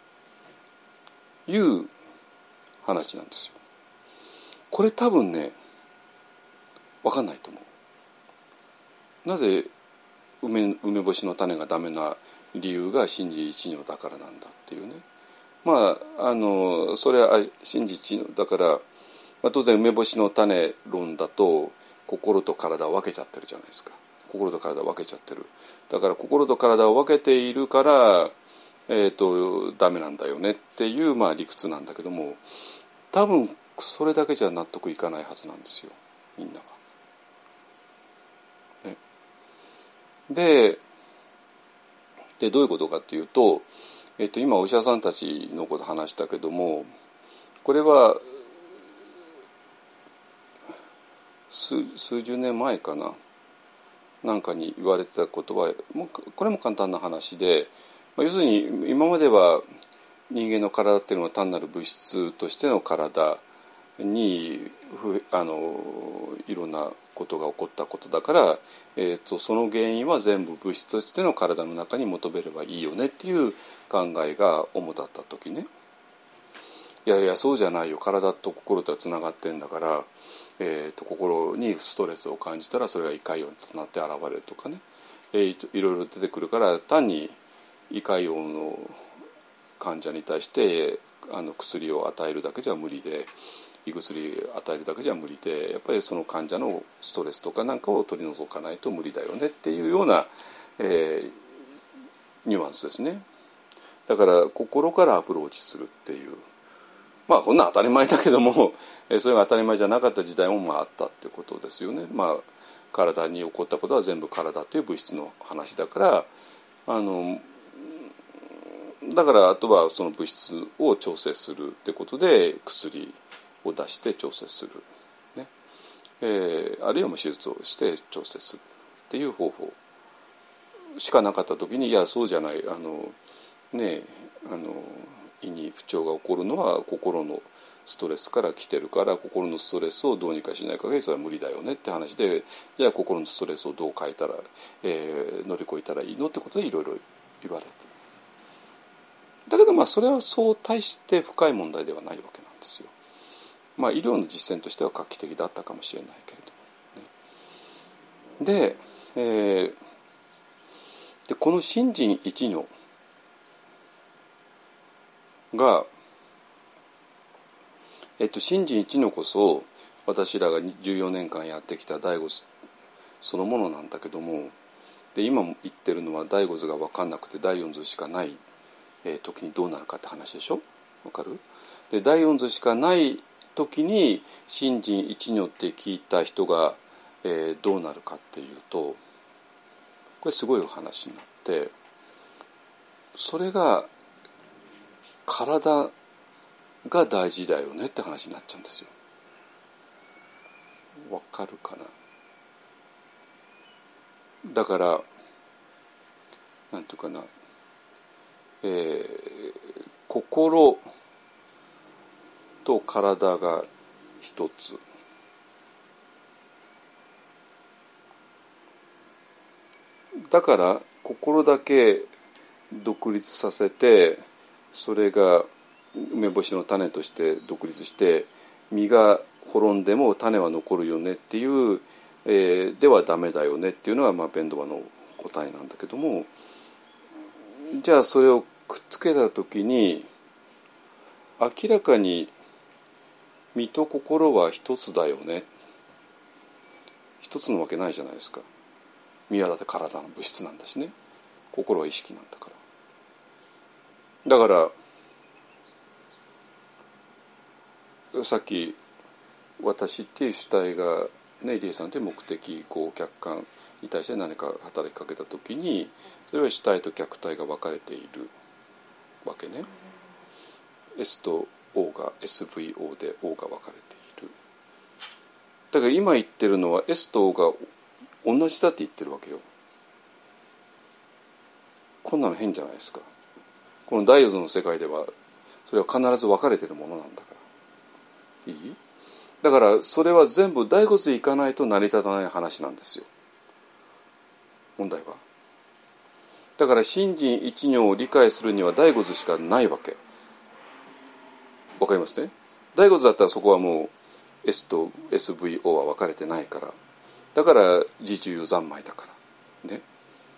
いう話なんですよ。これ多分ね分かんないと思う。なぜ梅干しの種がダメな理由が信心一如だからなんだっていうね。それは信心一如だから、当然梅干しの種論だと心と体を分けちゃってるじゃないですか。心と体を分けちゃってる。だから心と体を分けているからダメなんだよねっていう理屈なんだけども、多分それだけじゃ納得いかないはずなんですよ、みんなが。ね、でどういうことかっていうと、今お医者さんたちのこと話したけども、これは数十年前かななんかに言われてたことはこれも簡単な話で、要するに今までは人間の体っていうのは単なる物質としての体にいろんなことが起こったことだから、その原因は全部物質としての体の中に求めればいいよねっていう考えが主だった時ね、いやいやそうじゃないよ、体と心とはつながってんだから、心にストレスを感じたらそれが胃潰瘍となって現れるとかね、いろいろ出てくるから、単に胃潰瘍の患者に対して薬を与えるだけじゃ無理で、胃薬与えるだけじゃ無理で、やっぱりその患者のストレスとかなんかを取り除かないと無理だよねっていうような、ニュアンスですね。だから心からアプローチするっていう、こんな当たり前だけども、それが当たり前じゃなかった時代もあったってことですよね。体に起こったことは全部体という物質の話だから、だからあとはその物質を調整するってことで薬を出して調整する、ね、あるいはもう手術をして調整する。 っていう方法しかなかった時に、いやそうじゃない、胃に不調が起こるのは心のストレスから来てるから、心のストレスをどうにかしない限りそれは無理だよねって話で、じゃあ心のストレスをどう変えたら、乗り越えたらいいのってことでいろいろ言われて、だけどそれはそう大して深い問題ではないわけなんですよ。医療の実践としては画期的だったかもしれないけれども、ね、でこの信心一如が、信心一如こそ私らが14年間やってきた第五図そのものなんだけども、で今も言ってるのは第五図が分かんなくて第四図しかない、時にどうなるかって話でしょ。わかる？で第四図しかない時に信心一如って聞いた人が、どうなるかっていうと、これすごい話になって、それが体が大事だよねって話になっちゃうんですよ。わかるかな。だからなんていうかな、心と体が一つ、だから心だけ独立させて、それが梅干しの種として独立して実が滅んでも種は残るよねっていう、ではダメだよねっていうのがベンドバの答えなんだけども、じゃあそれをくっつけた時に明らかに身と心は一つだよね、一つのわけないじゃないですか。身はだって体の物質なんだしね、心は意識なんだから。だからさっき私っていう主体がね、リエさんという目的客観に対して何か働きかけた時に、それは主体と客体が分かれているわけね。S と O が SVO で O が分かれている。だから今言ってるのは S と O が同じだって言ってるわけよ。こんなの変じゃないですか。この第四図の世界ではそれは必ず分かれてるものなんだから。いい？だからそれは全部第五図いかないと成り立たない話なんですよ、問題は。だから信心一如を理解するには第五図しかないわけ。わかりますね。第五図だったらそこはもう S と SVO は分かれてないから、だから自中有三昧だからね。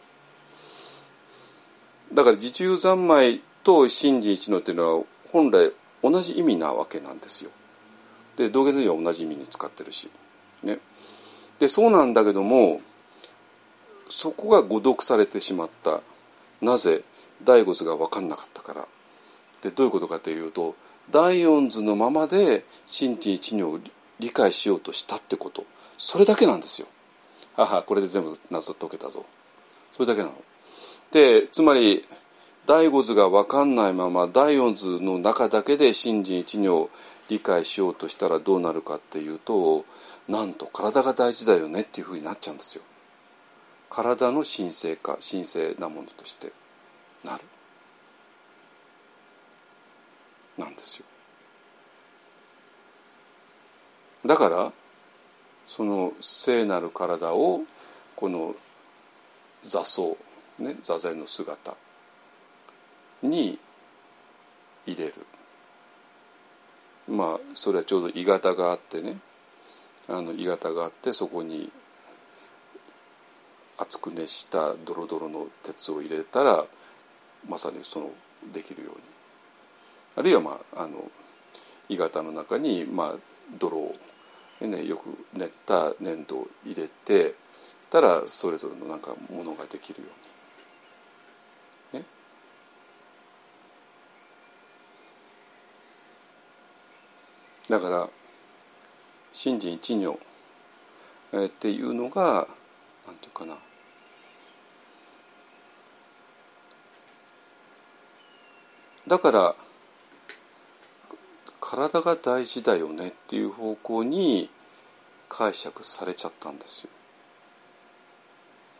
だから自中有三昧と信心一如っていうのは本来同じ意味なわけなんですよ。で道元禅師は同じ意味に使ってるし、ね、でそうなんだけども、そこが誤読されてしまった。なぜ？第五図が分かんなかったから。でどういうことかというと、第四図のままで信心一如を理解しようとしたってこと、それだけなんですよ。これで全部謎解けたぞ。それだけなの。でつまり第五図が分かんないまま第四図の中だけで信心一如を理解しようとしたらどうなるかっていうと、なんと体が大事だよねっていうふうになっちゃうんですよ。体の神聖化、神聖なものとしてなるなんですよ。だからその聖なる体をこの座相、ね、座禅の姿に入れる。それはちょうど鋳型があってね、鋳型があって、そこに熱く熱したドロドロの鉄を入れたらまさにそのできるように、あるいは鋳型の中に泥を、ね、よく練った粘土を入れてたらそれぞれのなんかものができるようにね。だから信心一如っていうのがなんていうかな、だから体が大事だよねっていう方向に解釈されちゃったんですよ。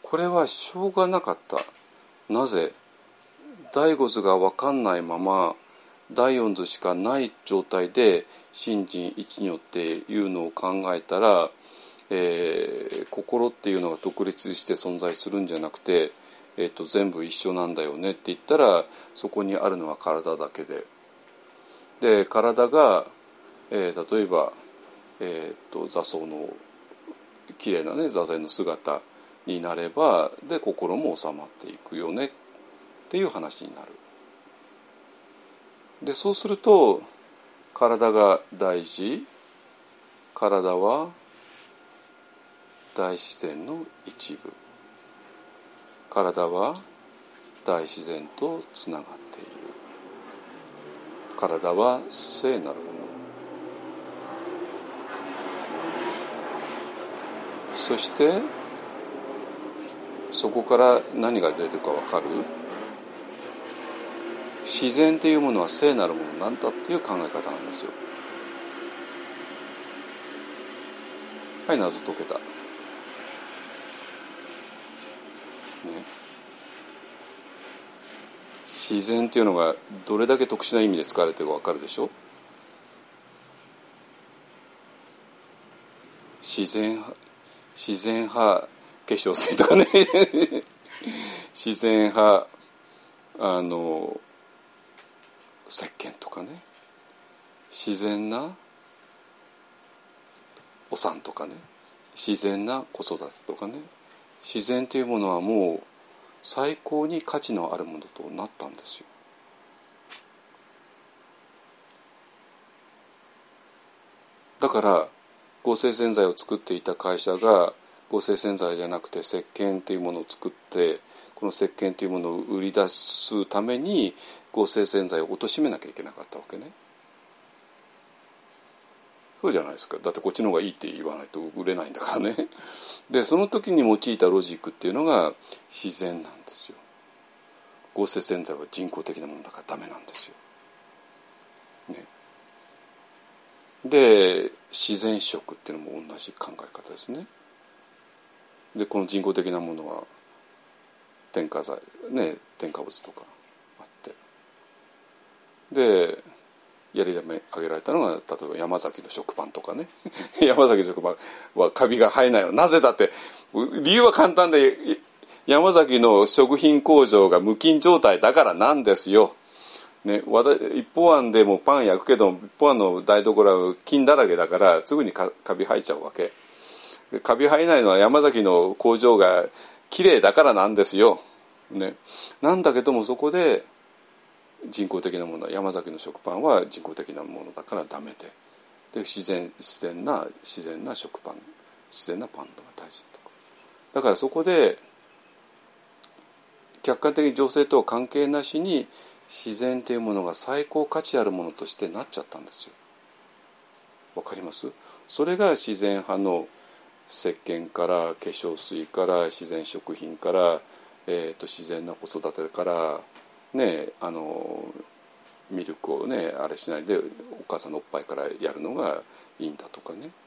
これはしょうがなかった。なぜ？第五図が分かんないまま第四図しかない状態で心身一如っていうのを考えたら、心っていうのが独立して存在するんじゃなくて、全部一緒なんだよねって言ったら、そこにあるのは体だけで、体が、例えば、座奏のきれいなね座禅の姿になれば、で心も収まっていくよねっていう話になる。でそうすると体が大事、体は大自然の一部、体は大自然とつながっている、体は聖なるもの、そしてそこから何が出てるか分かる？自然というものは聖なるものなんだっていう考え方なんですよ。はい、謎解けた。ね。自然というのがどれだけ特殊な意味で使われてるか分かるでしょ？自然派化粧水とかね自然派石鹸とかね、自然なお産とかね、自然な子育てとかね、自然というものはもう最高に価値のあるものとなったんですよ。だから合成洗剤を作っていた会社が合成洗剤じゃなくて石鹸というものを作って、この石鹸というものを売り出すために合成洗剤を貶めなきゃいけなかったわけね。そうじゃないですか。だってこっちの方がいいって言わないと売れないんだからね。でその時に用いたロジックっていうのが自然なんですよ。合成洗剤は人工的なものだからダメなんですよ。ね、で自然食っていうのも同じ考え方ですね。でこの人工的なものは添加剤ね、添加物とかあって、でやり上げられたのが例えば山崎の食パンとかね山崎の食パンはカビが生えないの。なぜだって、理由は簡単で、山崎の食品工場が無菌状態だからなんですよ。ね、一方庵でもパン焼くけど一方庵の台所は菌だらけだからすぐにカビ生えちゃうわけ。カビ生えないのは山崎の工場がきれいだからなんですよ。ね、なんだけどもそこで人工的なものは、山崎の食パンは人工的なものだからダメで、自然な食パン、自然なパンが大事だとか。だからそこで客観的情勢とは関係なしに自然というものが最高価値あるものとしてなっちゃったんですよ。わかります？それが自然派の石鹸から化粧水から自然食品から、自然な子育てからね、ミルクをねあれしないでお母さんのおっぱいからやるのがいいんだとかね、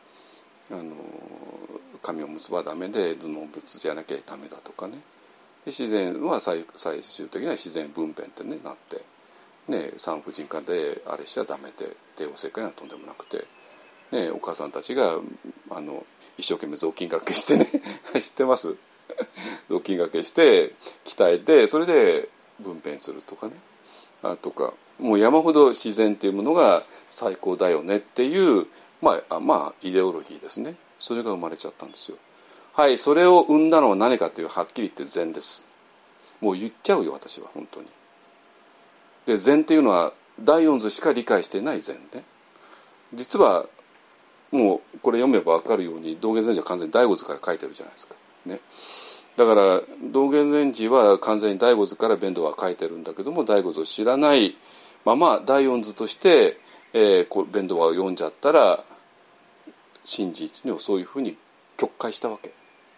髪を結ばダメで頭脳物じゃなきゃダメだとかね、で自然は最終的には自然分娩ってねなって、ね、産婦人科であれしちゃダメで帝王切開はとんでもなくて、ね、お母さんたちが一生懸命雑巾がけしてね知ってます雑巾がけして鍛えて、それで分娩するとかね、とかもう山ほど自然っていうものが最高だよねっていう、まあイデオロギーですね。それが生まれちゃったんですよ。はい、それを生んだのは何かというはっきり言って禅です。もう言っちゃうよ私は本当に。で禅っていうのは第四図しか理解していない禅ね。実はもうこれ読めば分かるように道元禅師は完全に第五図から書いてるじゃないですかね。だから道元禅師は完全に第五図から弁道は書いてるんだけども、第五図を知らないまま第四図として、弁道を読んじゃったら真実にそういうふうに曲解したわけ。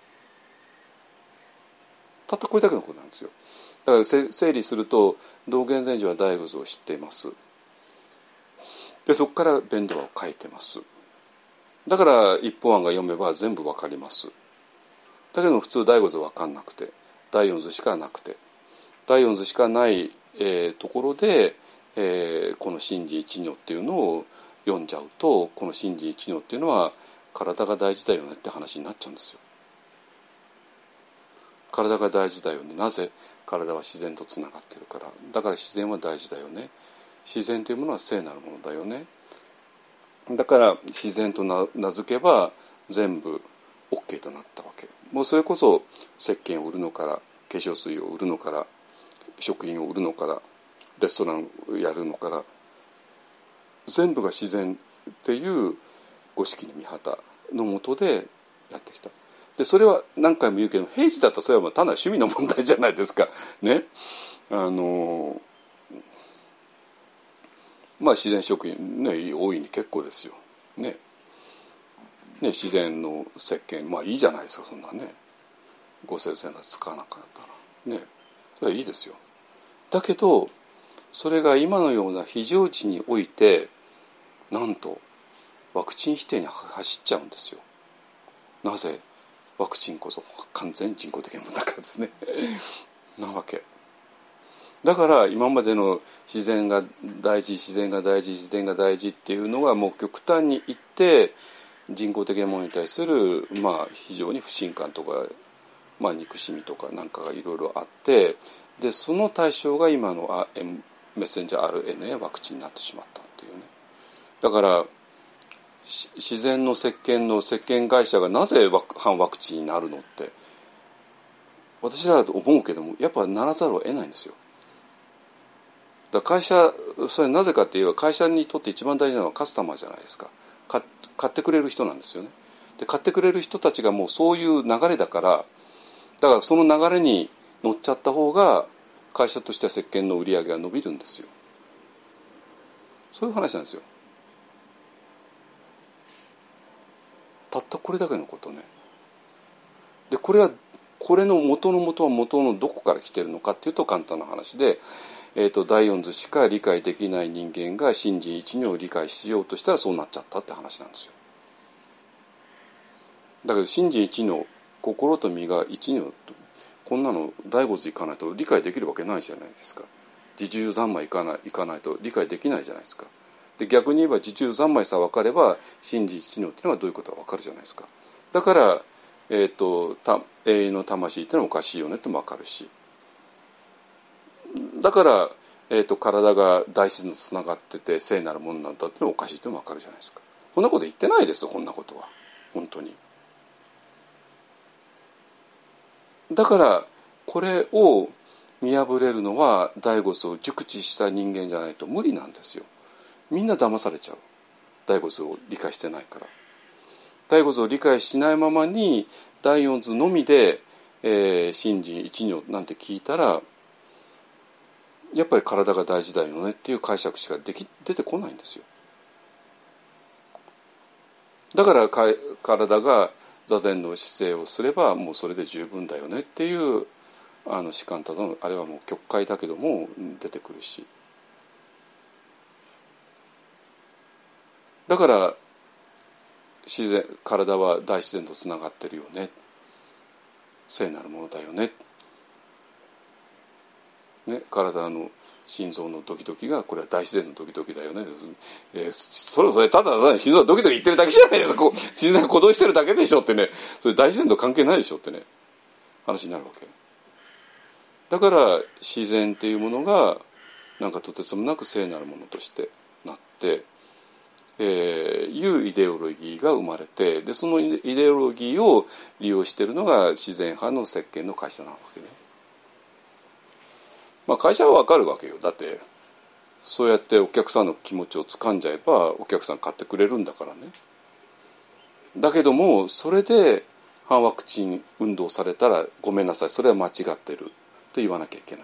たったこれだけのことなんですよ。だから整理すると道元禅師は第五図を知っています。でそこから弁道を書いてます。だから一方案が読めば全部わかります。 だけども普通第五図分かんなくて第四図しかなくて第四図しかない、ところで、この信心一如っていうのを読んじゃうと、この信心一如っていうのは体が大事だよねって話になっちゃうんですよ。体が大事だよね。なぜ？体は自然とつながってるから。だから自然は大事だよね。自然というものは聖なるものだよね。だから自然と名付けば全部 OK となったわけ。もうそれこそ石鹸を売るのから、化粧水を売るのから、食品を売るのから、レストランをやるのから、全部が自然っていう五色の御旗のもとでやってきた。でそれは何回も言うけど、平時だったらそれはまあ単なる趣味の問題じゃないですかね。まあ自然食品ね、大いに結構ですよね。自然の石鹸、まあいいじゃないですか、そんなね。ご先生が使わなかったらね、それはいいですよ。だけどそれが今のような非常時において、なんとワクチン否定に走っちゃうんですよ。なぜ？ワクチンこそ完全に人工的なものだからですねなわけだから、今までの自然が大事自然が大事自然が大事っていうのがもう極端にいって、人工的なものに対するまあ非常に不信感とか、まあ、憎しみとかなんかがいろいろあって、でその対象が今のメッセンジャー RNA ワクチンになってしまったっていうね。だから自然の石鹸会社がなぜ反ワクチンになるのって私らだと思うけども、やっぱならざるを得ないんですよ。だから会社、それなぜかっていうと、会社にとって一番大事なのはカスタマーじゃないですか。買ってくれる人なんですよね。で買ってくれる人たちがもうそういう流れだから、だからその流れに乗っちゃった方が会社としては石鹸の売り上げが伸びるんですよ。そういう話なんですよ。たったこれだけのことね。でこれの元のどこから来てるのかっていうと簡単な話で、第四図しか理解できない人間が信心一如を理解しようとしたらそうなっちゃったって話なんですよ。だけど信心一如、心と身が一如、こんなの第五図いかないと理解できるわけないじゃないですか。自重三昧いかないと理解できないじゃないですか。で逆に言えば自重三昧さえ分かれば信心一如っていうのはどういうことか分かるじゃないですか。だから永遠の魂ってのはおかしいよねっても分かるし、だから、体が大自然とつながってて聖なるものなんだってのはおかしいってのも分かるじゃないですか。そんなこと言ってないですよ、こんなことは本当に。だからこれを見破れるのは第五図を熟知した人間じゃないと無理なんですよ。みんな騙されちゃう、第五図を理解してないから。第五図を理解しないままに第四図のみで、信心一如なんて聞いたら、やっぱり体が大事だよねっていう解釈しか出てこないんですよ。だから体が座禅の姿勢をすればもうそれで十分だよねっていう士官多のあれはもう極快だけども出てくるし、だから体は大自然とつながってるよね、聖なるものだよね、体の心臓のドキドキがこれは大自然のドキドキだよね、それただ心臓がドキドキ言ってるだけじゃないですか。自然が鼓動してるだけでしょってね、それ大自然と関係ないでしょってね話になるわけだから、自然っていうものがなんかとてつもなく聖なるものとしてなって、いうイデオロギーが生まれて、でそのイデオロギーを利用しているのが自然派の石鹸の会社なわけね。まあ会社は分かるわけよ。だってそうやってお客さんの気持ちを掴んじゃえばお客さん買ってくれるんだからね。だけどもそれで反ワクチン運動されたらごめんなさい、それは間違ってると言わなきゃいけない。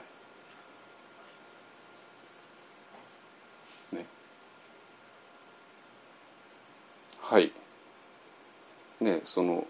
ね。はい。ね、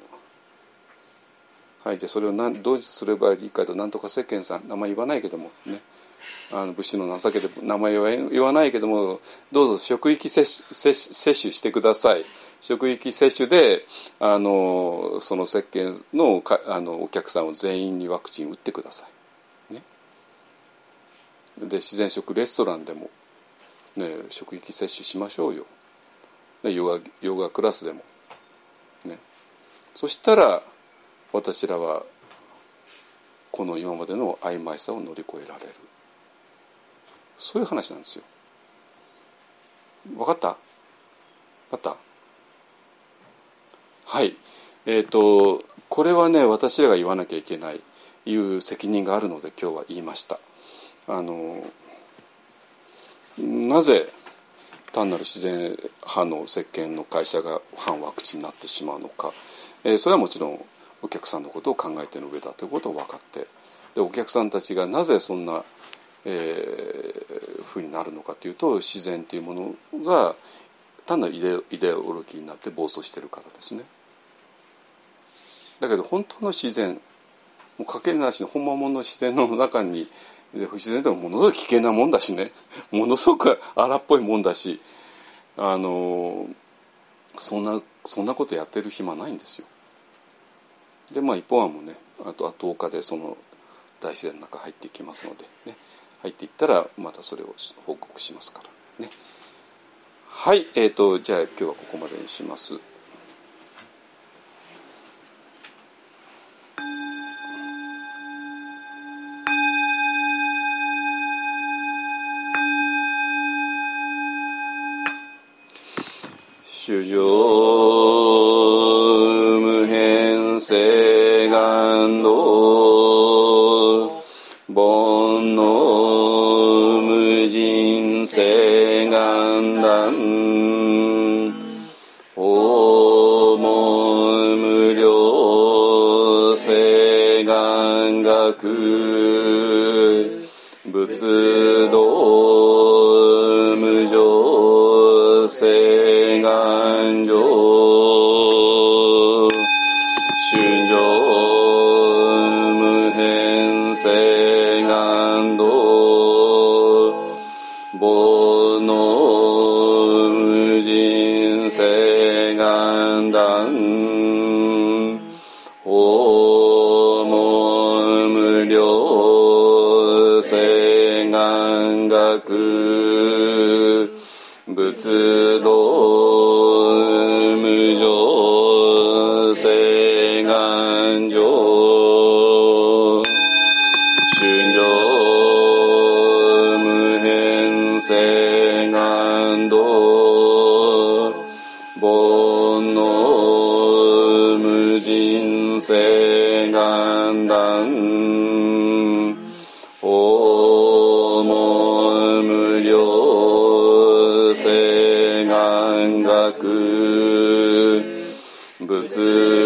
はい、じゃあそれをどうすればいいかと、なんとか世間さん、名前言わないけどもね、武士の情けで名前は言わないけども、どうぞ職域接種してください。 職域接種でその石鹸のお客さんを全員にワクチン打ってください、ね、で自然食レストランでも、ね、職域接種しましょうよ、ね、ヨガクラスでも、ね、そしたら私らはこの今までの曖昧さを乗り越えられる、そういう話なんですよ。分かった？分かった？はい。これはね、私らが言わなきゃいけないいう責任があるので今日は言いました。なぜ単なる自然派の石鹸の会社が反ワクチンになってしまうのか、それはもちろんお客さんのことを考えての上だということを分かって、でお客さんたちがなぜそんな、ふうになるのかというと、自然というものが単なるイデオロギーになって暴走しているからですね。だけど本当の自然、もうかけなしの本物の自然の中に、不自然でもものすごい危険なもんだしね、ものすごく荒っぽいもんだし、そんなことやってる暇ないんですよ。で一方はもうね、あと10日でその大自然の中入っていきますので、ね、入っていったらまたそれを報告しますからね。はい、じゃあ今日はここまでにします。主情無変性願道煩悩無尽性願断訪問無量性願学仏道無常性願上春情無変性願道煩悩無尽性願断訪問無量性願学仏道無常性願上春情無変性願道煩悩無尽性願断訪問無量性願学仏